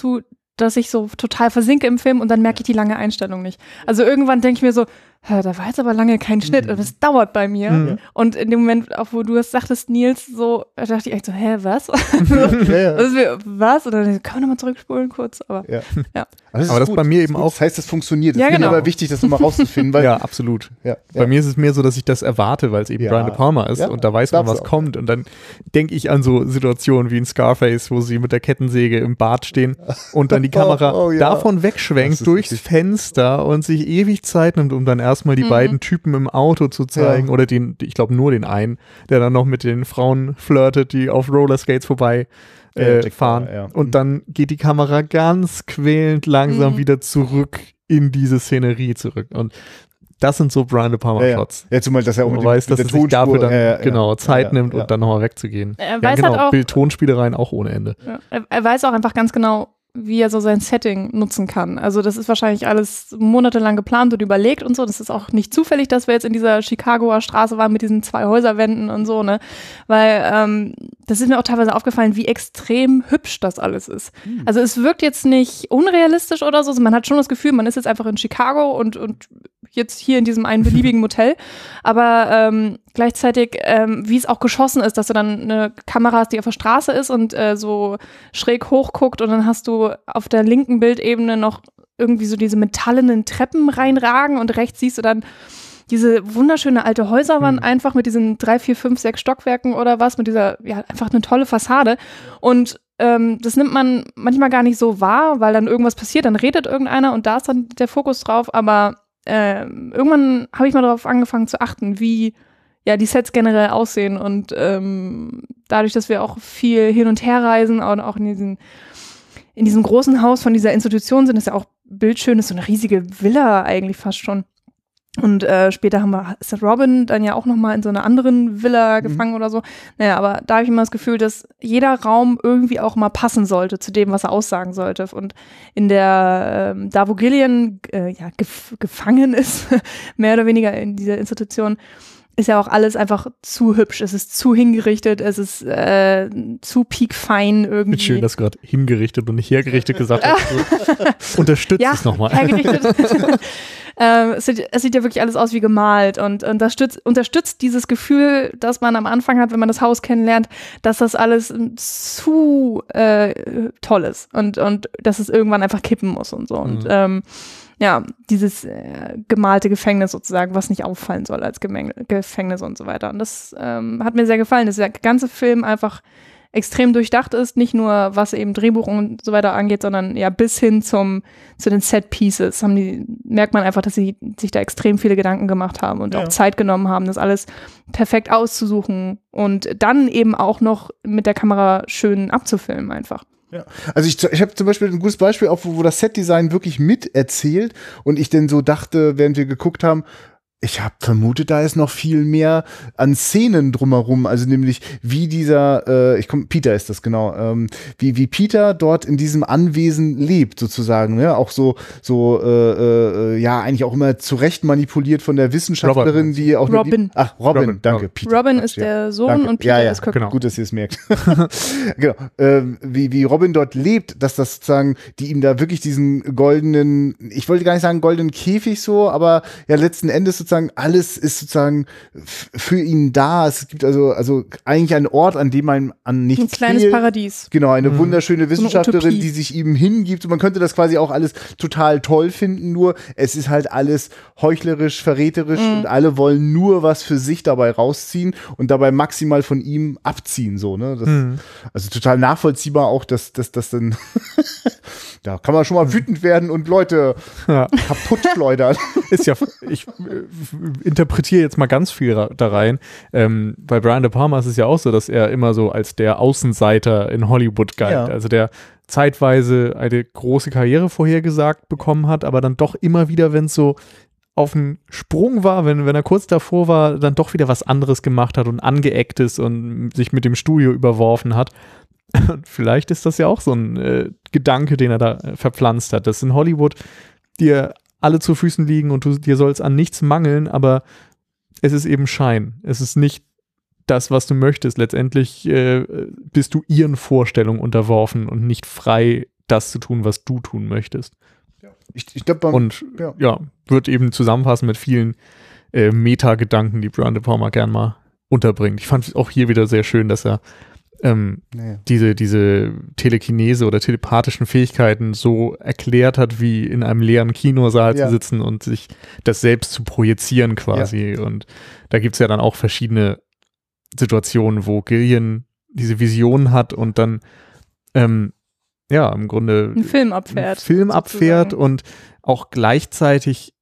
dass ich so total versinke im Film und dann merke ich die lange Einstellung nicht. Also irgendwann denke ich mir so, da war jetzt aber lange kein Schnitt und das dauert bei mir. Mhm. Und in dem Moment, auch wo du es sagtest, Nils, so, da dachte ich echt so, hä, was? ja, ja. Also, was? Und dann kann man nochmal zurückspulen kurz, aber ja. ja. Aber das, aber das bei mir eben auch. Das heißt, das funktioniert. Es ja, ist genau. mir aber wichtig, das nochmal rauszufinden. Weil ja, absolut. Ja, ja. Bei mir ist es mehr so, dass ich das erwarte, weil es eben ja. Brian De Palma ist ja. und da weiß man, was auch. kommt. Und dann denke ich an so Situationen wie in Scarface, wo sie mit der Kettensäge im Bad stehen und dann die Kamera oh, oh, ja. davon wegschwenkt durchs richtig. Fenster und sich ewig Zeit nimmt, um dann erstmal die mhm. beiden Typen im Auto zu zeigen ja. oder den, ich glaube nur den einen, der dann noch mit den Frauen flirtet, die auf Rollerskates vorbei äh, ja, fahren. Ja. Und dann geht die Kamera ganz quälend langsam mhm. wieder zurück in diese Szenerie zurück. Und das sind so Brian De Palma ja, Shots. Ja, zumal das ja auch mit, weiß, mit dass der er sich dafür dann ja, ja, genau Zeit ja, ja, nimmt ja. und dann nochmal wegzugehen. Er ja, weiß genau, halt auch, Bild-Ton-Spielereien auch ohne Ende. Ja. Er, er weiß auch einfach ganz genau, wie er so sein Setting nutzen kann. Also das ist wahrscheinlich alles monatelang geplant und überlegt und so. Das ist auch nicht zufällig, dass wir jetzt in dieser Chicagoer Straße waren mit diesen zwei Häuserwänden und so, ne? Weil ähm, das ist mir auch teilweise aufgefallen, wie extrem hübsch das alles ist. Mhm. Also es wirkt jetzt nicht unrealistisch oder so. Also man hat schon das Gefühl, man ist jetzt einfach in Chicago und, und jetzt hier in diesem einen beliebigen Motel. Aber ähm, gleichzeitig, ähm, wie es auch geschossen ist, dass du dann eine Kamera hast, die auf der Straße ist und äh, so schräg hochguckt und dann hast du auf der linken Bildebene noch irgendwie so diese metallenen Treppen reinragen und rechts siehst du dann diese wunderschöne alte Häuserwand mhm. einfach mit diesen drei, vier, fünf, sechs Stockwerken oder was, mit dieser, ja, einfach eine tolle Fassade. Und ähm, das nimmt man manchmal gar nicht so wahr, weil dann irgendwas passiert, dann redet irgendeiner und da ist dann der Fokus drauf, aber äh, irgendwann habe ich mal darauf angefangen zu achten, wie ja die Sets generell aussehen und ähm, dadurch, dass wir auch viel hin und her reisen und auch in diesen in diesem großen Haus von dieser Institution sind, ist ja auch bildschön, ist so eine riesige Villa eigentlich fast schon. Und äh, später haben wir, ist Robin dann ja auch nochmal in so einer anderen Villa gefangen mhm. oder so. Naja, aber da habe ich immer das Gefühl, dass jeder Raum irgendwie auch mal passen sollte zu dem, was er aussagen sollte. Und in der, äh, da wo Gillian äh, ja, gef- gefangen ist, mehr oder weniger in dieser Institution, ist ja auch alles einfach zu hübsch. Es ist zu hingerichtet, es ist äh, zu piekfein irgendwie. Schön, dass du gerade hingerichtet und nicht hergerichtet gesagt hast. Unterstützt ja, es nochmal. Hergerichtet. ähm, es, sieht, es sieht ja wirklich alles aus wie gemalt und, und das stützt, unterstützt dieses Gefühl, das man am Anfang hat, wenn man das Haus kennenlernt, dass das alles zu äh, toll ist und, und dass es irgendwann einfach kippen muss und so. Mhm. Und ähm, ja, dieses äh, gemalte Gefängnis sozusagen, was nicht auffallen soll als Gemeng- Gefängnis und so weiter. Und das ähm, hat mir sehr gefallen, dass der ganze Film einfach extrem durchdacht ist, nicht nur was eben Drehbuch und so weiter angeht, sondern ja bis hin zum zu den Set Pieces haben die, merkt man einfach, dass sie sich da extrem viele Gedanken gemacht haben und ja. auch Zeit genommen haben, das alles perfekt auszusuchen und dann eben auch noch mit der Kamera schön abzufilmen einfach. Ja. Also ich, ich habe zum Beispiel ein gutes Beispiel, auch wo, wo das Setdesign wirklich miterzählt und ich denn so dachte, während wir geguckt haben, ich habe vermutet, da ist noch viel mehr an Szenen drumherum, also nämlich wie dieser, äh, ich komm, Peter ist das genau, ähm, wie wie Peter dort in diesem Anwesen lebt sozusagen, ne? Auch so so äh, äh, ja eigentlich auch immer zurecht manipuliert von der Wissenschaftlerin, Robert. die auch Robin. Die, ach Robin, Robin danke. Robin, Peter, Robin Quatsch, ist ja. der Sohn Danke. und Peter ja, ja. ist Cook. Genau. Gut, dass ihr es merkt. Genau, ähm, wie wie Robin dort lebt, dass das sozusagen, die ihm da wirklich diesen goldenen, ich wollte gar nicht sagen goldenen Käfig so, aber ja letzten Endes sozusagen alles ist sozusagen f- für ihn da. Es gibt also, also eigentlich einen Ort, an dem man an nichts Ein kleines fehlt. Paradies. Genau, eine Mhm. wunderschöne Wissenschaftlerin, Utopie. die sich ihm hingibt. Und man könnte das quasi auch alles total toll finden, nur es ist halt alles heuchlerisch, verräterisch Mhm. und alle wollen nur was für sich dabei rausziehen und dabei maximal von ihm abziehen. So, ne? Das, Mhm. Also total nachvollziehbar auch, dass das dass dann da kann man schon mal wütend werden und Leute Ja. kaputt schleudern. Ist ja, ich äh, interpretiere jetzt mal ganz viel ra- da rein. Ähm, bei Brian De Palma ist es ja auch so, dass er immer so als der Außenseiter in Hollywood galt. Ja. Also der zeitweise eine große Karriere vorhergesagt bekommen hat, aber dann doch immer wieder, wenn es so auf dem Sprung war, wenn, wenn er kurz davor war, dann doch wieder was anderes gemacht hat und angeeckt ist und sich mit dem Studio überworfen hat. Und vielleicht ist das ja auch so ein äh, Gedanke, den er da äh, verpflanzt hat, dass in Hollywood dir alle zu Füßen liegen und du, dir soll es an nichts mangeln, aber es ist eben Schein. Es ist nicht das, was du möchtest. Letztendlich äh, bist du ihren Vorstellungen unterworfen und nicht frei das zu tun, was du tun möchtest. Ich, ich glaub, beim, Und ja. ja, wird eben zusammenfassen mit vielen äh, Meta-Gedanken, die Brian De Palma gern mal unterbringt. Ich fand es auch hier wieder sehr schön, dass er ähm, Naja. diese, diese Telekinese oder telepathischen Fähigkeiten so erklärt hat, wie in einem leeren Kinosaal Ja. zu sitzen und sich das selbst zu projizieren quasi. Und da gibt es ja dann auch verschiedene Situationen, wo Gillian diese Vision hat und dann ähm, ja, im Grunde Einen Film abfährt. einen Film abfährt sozusagen. und auch gleichzeitig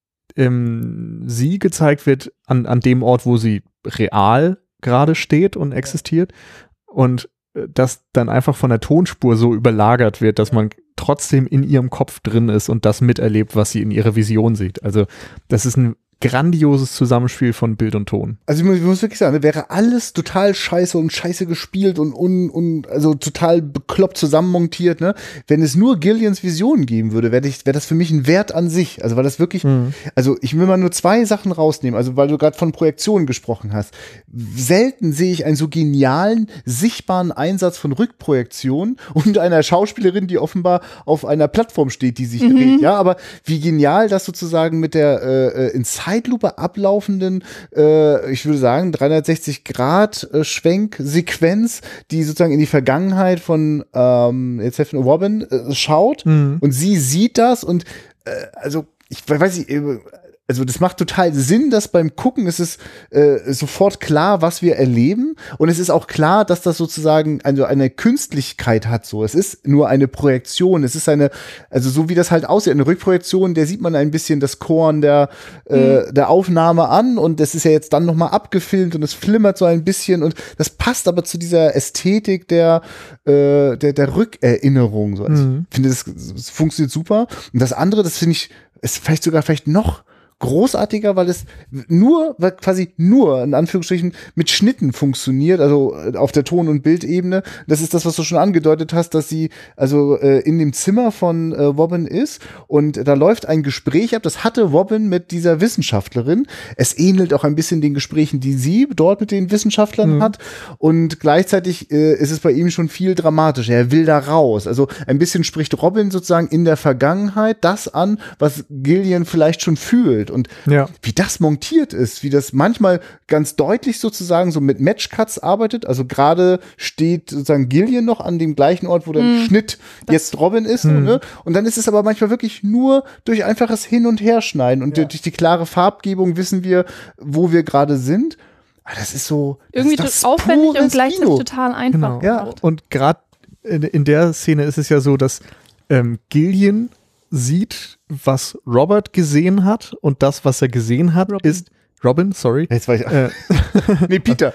ähm, sie gezeigt wird an, an dem Ort, wo sie real gerade steht und existiert und äh, das dann einfach von der Tonspur so überlagert wird, dass man trotzdem in ihrem Kopf drin ist und das miterlebt, was sie in ihrer Vision sieht. Also das ist ein grandioses Zusammenspiel von Bild und Ton. Also ich muss, ich muss wirklich sagen, wäre alles total scheiße und scheiße gespielt und, und, und also total bekloppt zusammenmontiert, ne? Wenn es nur Gillians Vision geben würde, wäre wär das für mich ein Wert an sich. Also weil das wirklich, Mhm. also ich will mal nur zwei Sachen rausnehmen, also weil du gerade von Projektionen gesprochen hast. Selten sehe ich einen so genialen, sichtbaren Einsatz von Rückprojektion und einer Schauspielerin, die offenbar auf einer Plattform steht, die sich Mhm. dreht. Ja, aber wie genial das sozusagen mit der äh, in Zeitlupe ablaufenden, äh, ich würde sagen, dreihundertsechzig Grad äh, Schwenksequenz, die sozusagen in die Vergangenheit von ähm, jetzt helfen, Robin äh, schaut Mhm. und sie sieht das und äh, also ich weiß nicht, äh, also das macht total Sinn, dass beim Gucken ist es äh, sofort klar, was wir erleben und es ist auch klar, dass das sozusagen also eine Künstlichkeit hat so. Es ist nur eine Projektion, es ist eine, also so wie das halt aussieht, eine Rückprojektion, der sieht man ein bisschen das Korn der, äh, der Aufnahme an und das ist ja jetzt dann nochmal abgefilmt und es flimmert so ein bisschen und das passt aber zu dieser Ästhetik der, äh, der, der Rückerinnerung. So. Also Mhm. ich finde, das, das funktioniert super. Und das andere, das finde ich, ist vielleicht sogar vielleicht noch großartiger, weil es nur, weil quasi nur, in Anführungsstrichen, mit Schnitten funktioniert, also äh, auf der Ton- und Bildebene. Das ist das, was du schon angedeutet hast, dass sie also äh, in dem Zimmer von äh, Robin ist und da läuft ein Gespräch ab, das hatte Robin mit dieser Wissenschaftlerin. Es ähnelt auch ein bisschen den Gesprächen, die sie dort mit den Wissenschaftlern Mhm. hat und gleichzeitig äh, ist es bei ihm schon viel dramatischer. Er will da raus. Also ein bisschen spricht Robin sozusagen in der Vergangenheit das an, was Gillian vielleicht schon fühlt. Und Ja. wie das montiert ist, wie das manchmal ganz deutlich sozusagen so mit Matchcuts arbeitet. Also gerade steht sozusagen Gillian noch an dem gleichen Ort, wo der Mm, Schnitt jetzt Robin ist. Mm. Ne? Und dann ist es aber manchmal wirklich nur durch einfaches Hin- und Herschneiden. Und Ja. durch die klare Farbgebung wissen wir, wo wir gerade sind. Aber das ist so das Irgendwie ist das aufwendig und pures gleichzeitig Kino. total einfach Genau. Ja. gemacht. Und gerade in, in der Szene ist es ja so, dass ähm, Gillian sieht, was Robert gesehen hat und das, was er gesehen hat, Robin. ist Robin, sorry. Jetzt war ich, Äh, nee, Peter.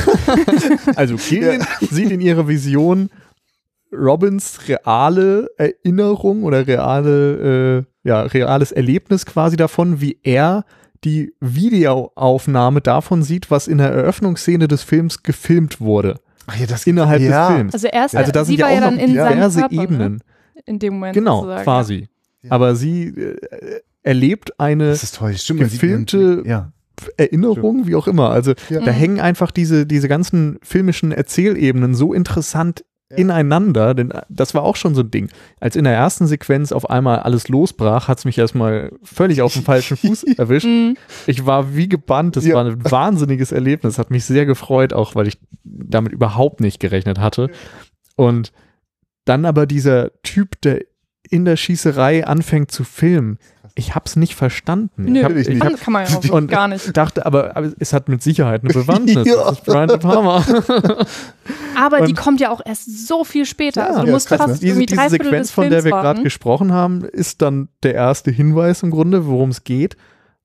also Gillian sieht in ihrer Vision Robins reale Erinnerung oder reale, äh, ja, reales Erlebnis quasi davon, wie er die Videoaufnahme davon sieht, was in der Eröffnungsszene des Films gefilmt wurde. Ach ja, das, Innerhalb ja. des Films. Also erst, Also da sie sind ja war auch ja noch dann in seinem diverse Körper, ne? Ebenen. In dem Moment Genau, sozusagen, quasi. Ja. Aber sie äh, erlebt eine Das ist toll. Stimmt, man sieht ihren gefilmte Blick. Ja. Erinnerung, wie auch immer. Also Ja. da Mhm. hängen einfach diese, diese ganzen filmischen Erzählebenen so interessant Ja. ineinander, denn das war auch schon so ein Ding. Als in der ersten Sequenz auf einmal alles losbrach, hat es mich erstmal völlig auf den falschen Fuß erwischt. Ja. Mhm. Ich war wie gebannt, das Ja. war ein wahnsinniges Erlebnis, hat mich sehr gefreut, auch weil ich damit überhaupt nicht gerechnet hatte. Und dann aber dieser Typ, der in der Schießerei anfängt zu filmen, ich hab's nicht verstanden. Nö, ich hab, Natürlich ich nicht. kann, kann man ja auch Und- gar nicht. dachte, aber, aber es hat mit Sicherheit eine Bewandtnis. Ja. Das ist Brian De Palma. Aber die und- kommt ja auch erst so viel später. also du Ja, musst krass, ne? fast diese, irgendwie diese drei Viertel Sequenz, des von der Films wir gerade warten. gesprochen haben, ist dann der erste Hinweis im Grunde, worum es geht.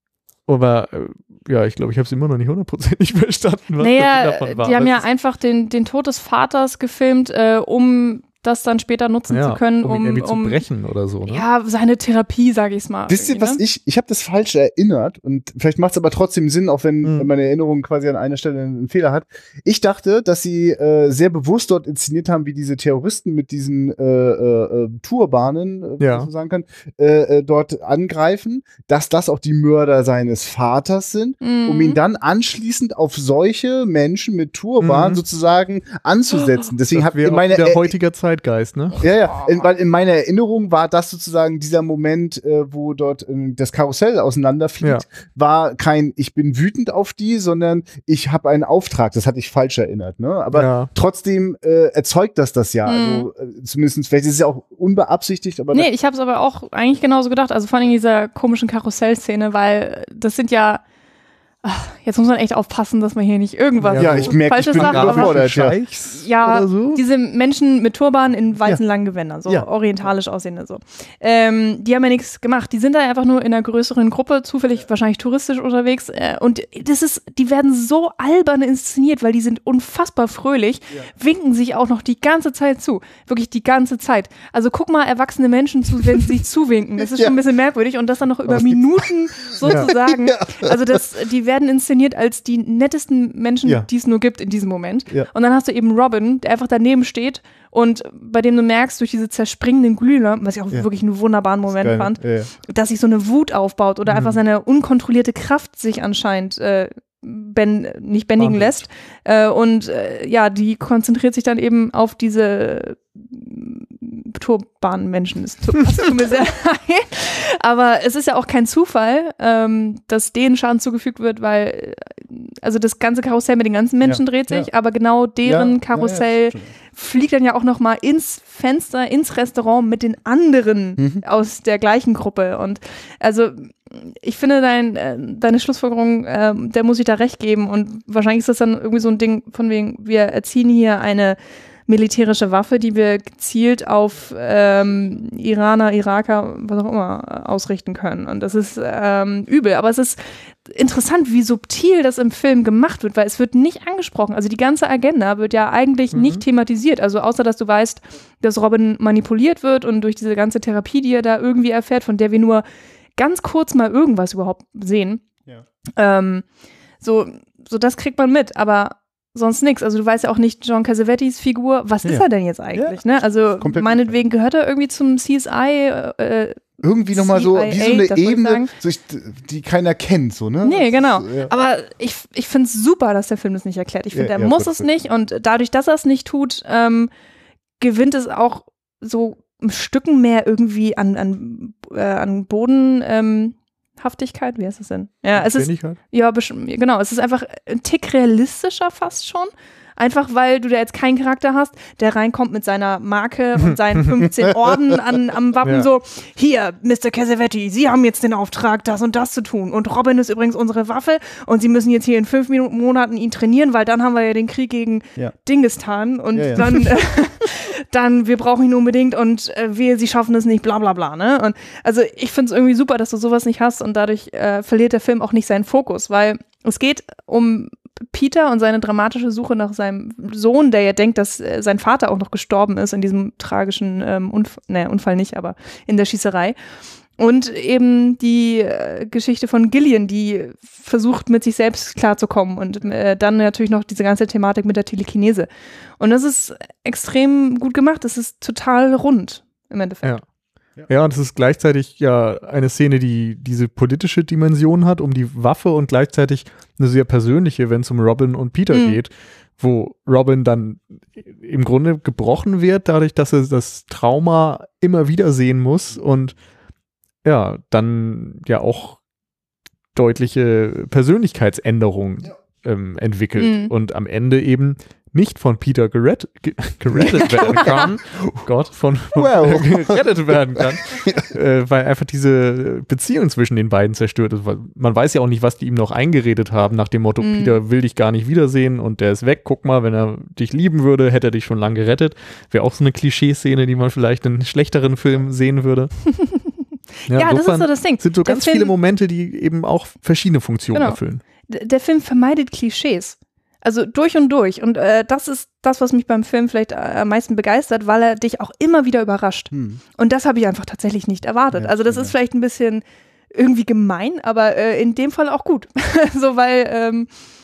Aber äh, ja, ich glaube, ich habe es immer noch nicht hundertprozentig verstanden, was der Sinn Naja, davon war. die haben Aber ja es einfach den, den Tod des Vaters gefilmt, äh, um das dann später nutzen ist- ja, zu können, um ihn um, irgendwie um zu brechen oder so. Ne? ja, seine Therapie, sage ich mal. Wisst ihr, irgendwie, was ne? ich, ich habe das falsch erinnert und vielleicht macht es aber trotzdem Sinn, auch wenn Mhm. meine Erinnerung quasi an einer Stelle einen Fehler hat. Ich dachte, dass sie äh, sehr bewusst dort inszeniert haben, wie diese Terroristen mit diesen äh, äh, äh, Turbanen, äh, wie Ja. man so sagen kann, äh, äh, dort angreifen, dass das auch die Mörder seines Vaters sind, um Mhm. ihn dann anschließend auf solche Menschen mit Turban Mhm. sozusagen anzusetzen. Deswegen Das habe wäre ich meine in der Ä- heutiger Zeit Zeitgeist, ne? Ja, ja, in, weil in meiner Erinnerung war das sozusagen dieser Moment, äh, wo dort äh, das Karussell auseinanderfliegt, Ja. war kein ich bin wütend auf die, sondern ich habe einen Auftrag. Das hatte ich falsch erinnert, ne? Aber Ja. trotzdem äh, erzeugt das das ja. Mhm. Also äh, zumindest, vielleicht ist es ja auch unbeabsichtigt, aber Nee, ich habe es aber auch eigentlich genauso gedacht. Also vor allem in dieser komischen Karussellszene, weil das sind ja, ach, jetzt muss man echt aufpassen, dass man hier nicht irgendwas ja, ich merke, ich Falsches bin sagt, aber- überfordert. Ja. Scheichs Ja, oder so? diese Menschen mit Turban in weißen langen Gewändern, so Ja. orientalisch aussehende so. Ähm, die haben ja nichts gemacht. Die sind da einfach nur in einer größeren Gruppe, zufällig wahrscheinlich touristisch unterwegs. Äh, und das ist, die werden so albern inszeniert, weil die sind unfassbar fröhlich, winken sich auch noch die ganze Zeit zu. Wirklich die ganze Zeit. Also guck mal erwachsene Menschen zu, wenn sie sich zuwinken. Das ist Ja. schon ein bisschen merkwürdig. Und das dann noch über Was gibt's? Minuten sozusagen. Also das, die werden inszeniert als die nettesten Menschen, Ja. die es nur gibt in diesem Moment. Ja. Und dann hast du eben Robin, der einfach daneben steht und bei dem du merkst, durch diese zerspringenden Glühlampen, was ich auch Ja. wirklich einen wunderbaren Moment Geil, fand, ja, ja. dass sich so eine Wut aufbaut oder Mhm. einfach seine unkontrollierte Kraft sich anscheinend äh, ben, nicht bändigen Wahnsinn. lässt. Äh, und äh, ja, die konzentriert sich dann eben auf diese Turbanmenschen. Es tut, das tut mir sehr leid. Aber es ist ja auch kein Zufall, ähm, dass denen Schaden zugefügt wird, weil äh, also das ganze Karussell mit den ganzen Menschen Ja, dreht sich, ja. aber genau deren Ja, Karussell ja, ja, fliegt dann ja auch noch mal ins Fenster, ins Restaurant mit den anderen Mhm. aus der gleichen Gruppe. Und also ich finde dein, äh, deine Schlussfolgerung, äh, der muss ich da recht geben. Und wahrscheinlich ist das dann irgendwie so ein Ding von wegen, wir erziehen hier eine militärische Waffe, die wir gezielt auf ähm, Iraner, Iraker, was auch immer, ausrichten können. Und das ist ähm, übel. Aber es ist interessant, wie subtil das im Film gemacht wird, weil es wird nicht angesprochen. Also die ganze Agenda wird ja eigentlich Mhm. nicht thematisiert. Also außer, dass du weißt, dass Robin manipuliert wird und durch diese ganze Therapie, die er da irgendwie erfährt, von der wir nur ganz kurz mal irgendwas überhaupt sehen. Ja. Ähm, so, so das kriegt man mit, aber sonst nichts. Also du weißt ja auch nicht John Cassavetes Figur, was Ja. ist er denn jetzt eigentlich? Ne? Also komplett meinetwegen gehört er irgendwie zum C S I. Äh, Irgendwie nochmal so, wie so C I A, eine das wollte ich Ebene, sagen. so ich, die keiner kennt, so, ne? Nee, genau. Das ist, ja. Aber ich, ich finde es super, dass der Film das nicht erklärt. Ich finde, Ja, er ja, muss gut, es gut. nicht und dadurch, dass er es nicht tut, ähm, gewinnt es auch so ein Stücken mehr irgendwie an, an, äh, an Boden. Ähm, Haftigkeit, wie heißt es denn? Ja, es ist, Geschwindigkeit? ja, besch- genau, es ist einfach ein Tick realistischer fast schon. Einfach weil du da jetzt keinen Charakter hast, der reinkommt mit seiner Marke und seinen fünfzehn Orden an, am Wappen Ja. so, hier, Mister Cassavetes, Sie haben jetzt den Auftrag, das und das zu tun. Und Robin ist übrigens unsere Waffe und Sie müssen jetzt hier in fünf Minuten, Monaten ihn trainieren, weil dann haben wir ja den Krieg gegen Ja. Dingestan und Ja, ja. dann, äh, dann, wir brauchen ihn unbedingt und äh, wir, Sie schaffen es nicht, bla bla bla. Ne? Und also ich finde es irgendwie super, dass du sowas nicht hast und dadurch äh, verliert der Film auch nicht seinen Fokus, weil es geht um Peter und seine dramatische Suche nach seinem Sohn, der ja denkt, dass äh, sein Vater auch noch gestorben ist in diesem tragischen ähm, Unfall, ne, Unfall nicht, aber in der Schießerei. Und eben die äh, Geschichte von Gillian, die versucht, mit sich selbst klarzukommen und äh, dann natürlich noch diese ganze Thematik mit der Telekinese. Und das ist extrem gut gemacht. Das ist total rund im Endeffekt. Ja. Ja, und es ist gleichzeitig ja eine Szene, die diese politische Dimension hat, um die Waffe und gleichzeitig eine sehr persönliche, wenn es um Robin und Peter Mhm. geht, wo Robin dann im Grunde gebrochen wird, dadurch, dass er das Trauma immer wieder sehen muss und ja, dann ja auch deutliche Persönlichkeitsänderungen ähm, entwickelt Mhm. und am Ende eben nicht von Peter gerett, ge, gerettet werden kann. Oh Gott, von, von Wow. gerettet werden kann. äh, weil einfach diese Beziehung zwischen den beiden zerstört ist. Weil man weiß ja auch nicht, was die ihm noch eingeredet haben, nach dem Motto, Mhm. Peter will dich gar nicht wiedersehen und der ist weg. Guck mal, wenn er dich lieben würde, hätte er dich schon lange gerettet. Wäre auch so eine Klischeeszene, die man vielleicht in schlechteren Filmen sehen würde. Ja, das ist insofern so das Ding. sind so Der ganz Film- viele Momente, die eben auch verschiedene Funktionen Genau. erfüllen. D- Der Film vermeidet Klischees. Also durch und durch. Und äh, das ist das, was mich beim Film vielleicht äh, am meisten begeistert, weil er dich auch immer wieder überrascht. Hm. Und das habe ich einfach tatsächlich nicht erwartet. Ja, also das stimmt, ist vielleicht ein bisschen irgendwie gemein, aber äh, in dem Fall auch gut. So, weil ähm,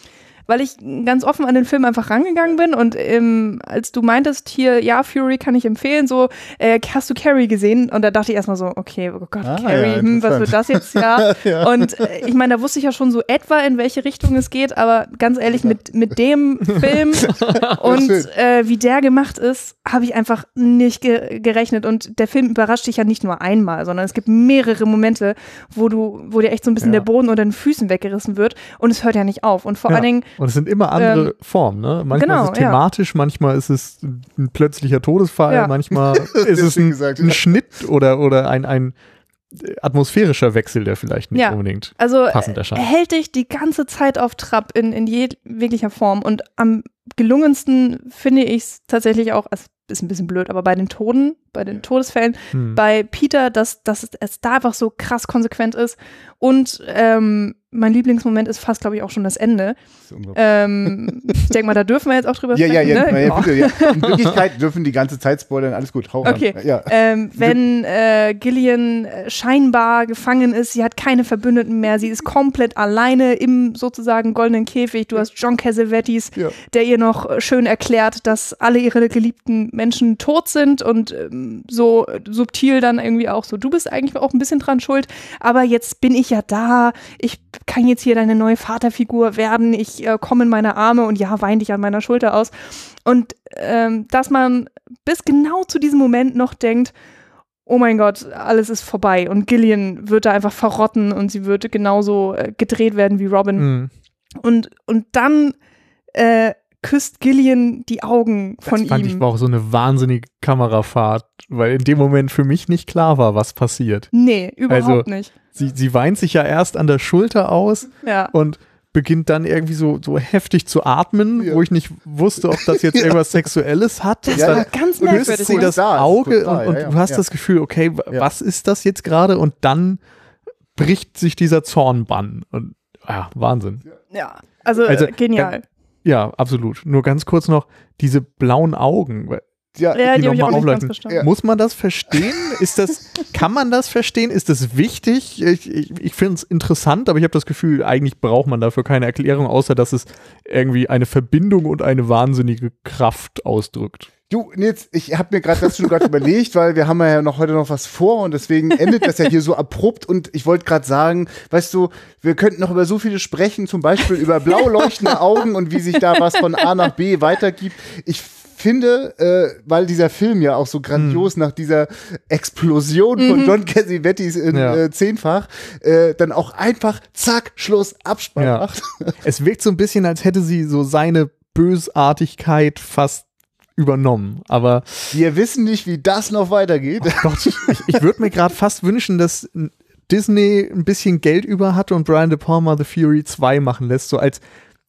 weil ich ganz offen an den Film einfach rangegangen bin und ähm, als du meintest hier, ja, Fury kann ich empfehlen, so, äh, hast du Carrie gesehen? Und da dachte ich erstmal so, okay, oh Gott, ah, Carrie, ja, hm, was wird das jetzt? Ja. ja. Und äh, ich meine, da wusste ich ja schon so etwa, in welche Richtung es geht, aber ganz ehrlich, mit, mit dem Film und äh, wie der gemacht ist, habe ich einfach nicht ge- gerechnet. Und der Film überrascht dich ja nicht nur einmal, sondern es gibt mehrere Momente, wo du, wo dir echt so ein bisschen ja. der Boden unter den Füßen weggerissen wird und es hört ja nicht auf. Und vor ja. allen Dingen. Und es sind immer andere ähm, Formen, ne? Manchmal genau, ist es thematisch, ja. manchmal ist es ein plötzlicher Todesfall, ja. manchmal ist es ein, gesagt, ein ja. Schnitt oder, oder ein, ein atmosphärischer Wechsel, der vielleicht nicht ja. unbedingt also, passend erscheint. Er hält dich die ganze Zeit auf Trab in, in jeglicher Form und am gelungensten finde ich es tatsächlich auch, also ist ein bisschen blöd, aber bei den Toten, bei den Todesfällen, hm. bei Peter, dass, dass es da einfach so krass konsequent ist und ähm, mein Lieblingsmoment ist fast, glaube ich, auch schon das Ende. Das ähm, ich denke mal, da dürfen wir jetzt auch drüber ja, sprechen. Ja, ja, ne? ja, bitte, ja. In Wirklichkeit dürfen die ganze Zeit spoilern, alles gut, hau okay. ran. Ja. Ähm, wenn äh, Gillian scheinbar gefangen ist, sie hat keine Verbündeten mehr, sie ist komplett alleine im sozusagen goldenen Käfig. Du hast John Cassavetes, ja. der ihr noch schön erklärt, dass alle ihre geliebten Menschen tot sind und ähm, so subtil dann irgendwie auch so, du bist eigentlich auch ein bisschen dran schuld, aber jetzt bin ich ja da, ich kann jetzt hier deine neue Vaterfigur werden, ich äh, komme in meine Arme und ja, wein dich an meiner Schulter aus. Und ähm, dass man bis genau zu diesem Moment noch denkt, oh mein Gott, alles ist vorbei und Gillian wird da einfach verrotten und sie wird genauso äh, gedreht werden wie Robin. Mhm. Und, und dann äh, küsst Gillian die Augen von ihm. Das fand ihm. ich war auch so eine wahnsinnige Kamerafahrt, weil in dem Moment für mich nicht klar war, was passiert. Nee, überhaupt also, nicht. Sie, sie weint sich ja erst an der Schulter aus ja. und beginnt dann irgendwie so, so heftig zu atmen, ja. wo ich nicht wusste, ob das jetzt irgendwas Sexuelles hat. Das ja, war ganz merkwürdig. Sie das Auge da, und, und ja, ja. du hast ja. das Gefühl, okay, ja. was ist das jetzt gerade? Und dann bricht sich dieser Zornbann. Und ja, Wahnsinn. Ja, also, also genial. Äh, ja, absolut. Nur ganz kurz noch, diese blauen Augen, ja, ja, die, die nochmal aufleuchten. Ja. Muss man das verstehen? Ist das, kann man das verstehen? Ist das wichtig? Ich, ich, ich finde es interessant, aber ich habe das Gefühl, eigentlich braucht man dafür keine Erklärung, außer dass es irgendwie eine Verbindung und eine wahnsinnige Kraft ausdrückt. Du, Nils, ich habe mir gerade das schon gerade überlegt, weil wir haben ja noch heute noch was vor und deswegen endet das ja hier so abrupt und ich wollte gerade sagen, weißt du, wir könnten noch über so viele sprechen, zum Beispiel über blau leuchtende Augen und wie sich da was von A nach B weitergibt. Ich finde, äh, weil dieser Film ja auch so grandios mm. nach dieser Explosion mm-hmm. von John Cassavetes in ja. äh, zehnfach äh, dann auch einfach zack, Schluss, Abspann ja. macht. Es wirkt so ein bisschen, als hätte sie so seine Bösartigkeit fast übernommen, aber wir wissen nicht, wie das noch weitergeht. Oh Gott, ich, ich würde mir gerade fast wünschen, dass Disney ein bisschen Geld über hatte und Brian De Palma The Fury zwei machen lässt, so als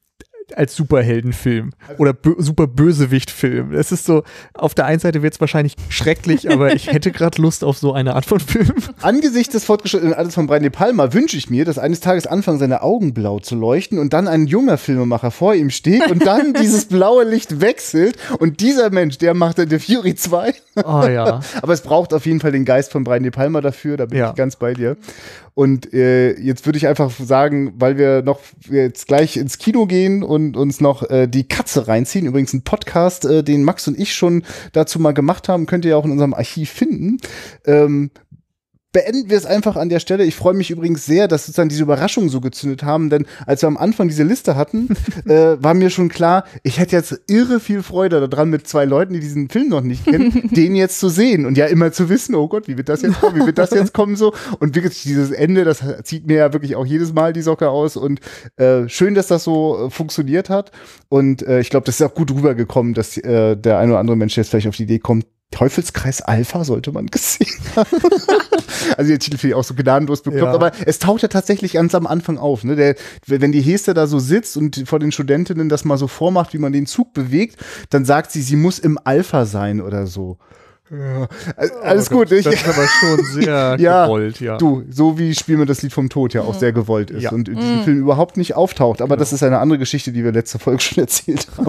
als Superheldenfilm oder bö- Super-Bösewicht-Film. Es ist so, auf der einen Seite wird es wahrscheinlich schrecklich, aber ich hätte gerade Lust auf so eine Art von Film. Angesichts des fortgeschrittenen Alters von Brian De Palma wünsche ich mir, dass eines Tages anfangen, seine Augen blau zu leuchten und dann ein junger Filmemacher vor ihm steht und dann dieses blaue Licht wechselt und dieser Mensch, der macht dann The Fury zwei. Oh ja. Aber es braucht auf jeden Fall den Geist von Brian De Palma dafür, da bin ja. ich ganz bei dir. Und äh, jetzt würde ich einfach sagen, weil wir noch jetzt gleich ins Kino gehen und uns noch äh, die Katze reinziehen, übrigens ein Podcast, äh, den Max und ich schon dazu mal gemacht haben, könnt ihr ja auch in unserem Archiv finden. Ähm, beenden wir es einfach an der Stelle. Ich freue mich übrigens sehr, dass sozusagen diese Überraschungen so gezündet haben, denn als wir am Anfang diese Liste hatten, äh, war mir schon klar, ich hätte jetzt irre viel Freude daran, mit zwei Leuten, die diesen Film noch nicht kennen, den jetzt zu sehen und ja immer zu wissen, oh Gott, wie wird das jetzt kommen, wie wird das jetzt kommen so und wirklich dieses Ende, das zieht mir ja wirklich auch jedes Mal die Socke aus und äh, schön, dass das so äh, funktioniert hat und äh, ich glaube, das ist auch gut rübergekommen, dass äh, der ein oder andere Mensch jetzt vielleicht auf die Idee kommt, Teufelskreis Alpha sollte man gesehen haben. Also der Titel finde ich auch so gnadenlos bekloppt, ja. aber es taucht ja tatsächlich ganz am Anfang auf. Ne? Der, wenn die Hester da so sitzt und vor den Studentinnen das mal so vormacht, wie man den Zug bewegt, dann sagt sie, sie muss im Alpha sein oder so. Ja. Alles oh, gut. Das, das ist aber schon sehr ja, gewollt, ja. Du, so wie Spiel mir das Lied vom Tod ja auch sehr gewollt ist ja. und in diesem mm. Film überhaupt nicht auftaucht. Aber genau. das ist eine andere Geschichte, die wir letzte Folge schon erzählt haben.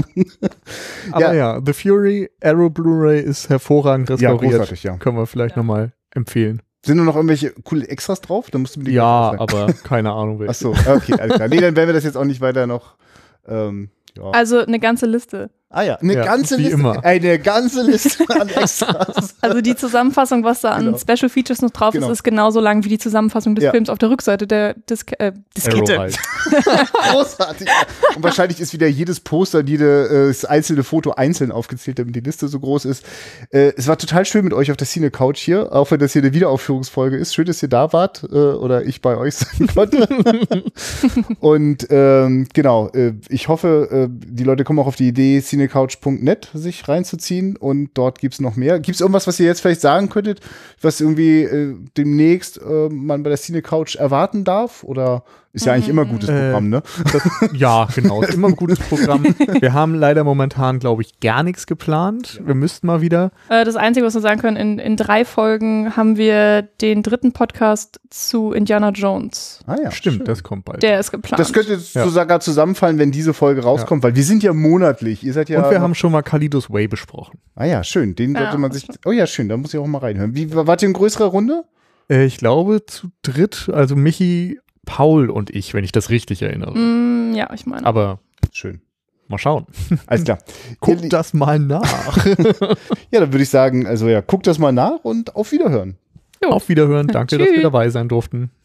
Aber ja. ja, The Fury Arrow Blu-ray ist hervorragend restauriert. Ja, großartig, ja. Können wir vielleicht ja. nochmal empfehlen. Sind nur noch irgendwelche coole Extras drauf? Dann musst du mir die ja, aber keine Ahnung welche. Ach so, okay, alles klar. Nee, dann werden wir das jetzt auch nicht weiter noch Ähm, ja. Also eine ganze Liste. Ah ja, eine Ja, ganze wie Liste. immer. Eine ganze Liste an Extras. Also die Zusammenfassung, was da an Genau. Special Features noch drauf Genau. ist, ist genauso lang wie die Zusammenfassung des Ja. Films auf der Rückseite der Diske äh, Diskette. Arrow halt. Großartig. Und wahrscheinlich ist wieder jedes Poster, jedes äh, einzelne Foto einzeln aufgezählt, damit die Liste so groß ist. Äh, es war total schön mit euch auf der Cine Couch hier, auch wenn das hier eine Wiederaufführungsfolge ist. Schön, dass ihr da wart äh, oder ich bei euch sein konnte. Und ähm, genau, äh, ich hoffe, äh, die Leute kommen auch auf die Idee, cinecouch punkt net sich reinzuziehen und dort gibt's noch mehr. Gibt's irgendwas, was ihr jetzt vielleicht sagen könntet, was irgendwie äh, demnächst äh, man bei der Cine Couch erwarten darf? Oder ist ja eigentlich immer ein gutes Äh, Programm, ne? Das, ja, genau. Ist immer ein gutes Programm. Wir haben leider momentan, glaube ich, gar nichts geplant. Wir müssten mal wieder. Äh, das Einzige, was wir sagen können, in, in drei Folgen haben wir den dritten Podcast zu Indiana Jones. Ah ja, Stimmt, schön. das kommt bald. Der ist geplant. Das könnte jetzt Ja. so sogar zusammenfallen, wenn diese Folge rauskommt, weil wir sind ja monatlich. Ihr seid ja. Und wir noch- haben schon mal Kalidos Way besprochen. Ah ja, schön. Den Ja, sollte man das sich. Oh ja, schön. Da muss ich auch mal reinhören. Wie wart ihr in größerer Runde? Äh, ich glaube zu dritt, also Michi, Paul und ich, wenn ich das richtig erinnere. Mm, ja, ich meine. Aber Schön. mal schauen. Alles klar. Guck Ihr- das mal nach. Ja, dann würde ich sagen, also ja, guckt das mal nach und auf Wiederhören. Jo. Auf Wiederhören. Danke, dass Tschüss. wir dabei sein durften.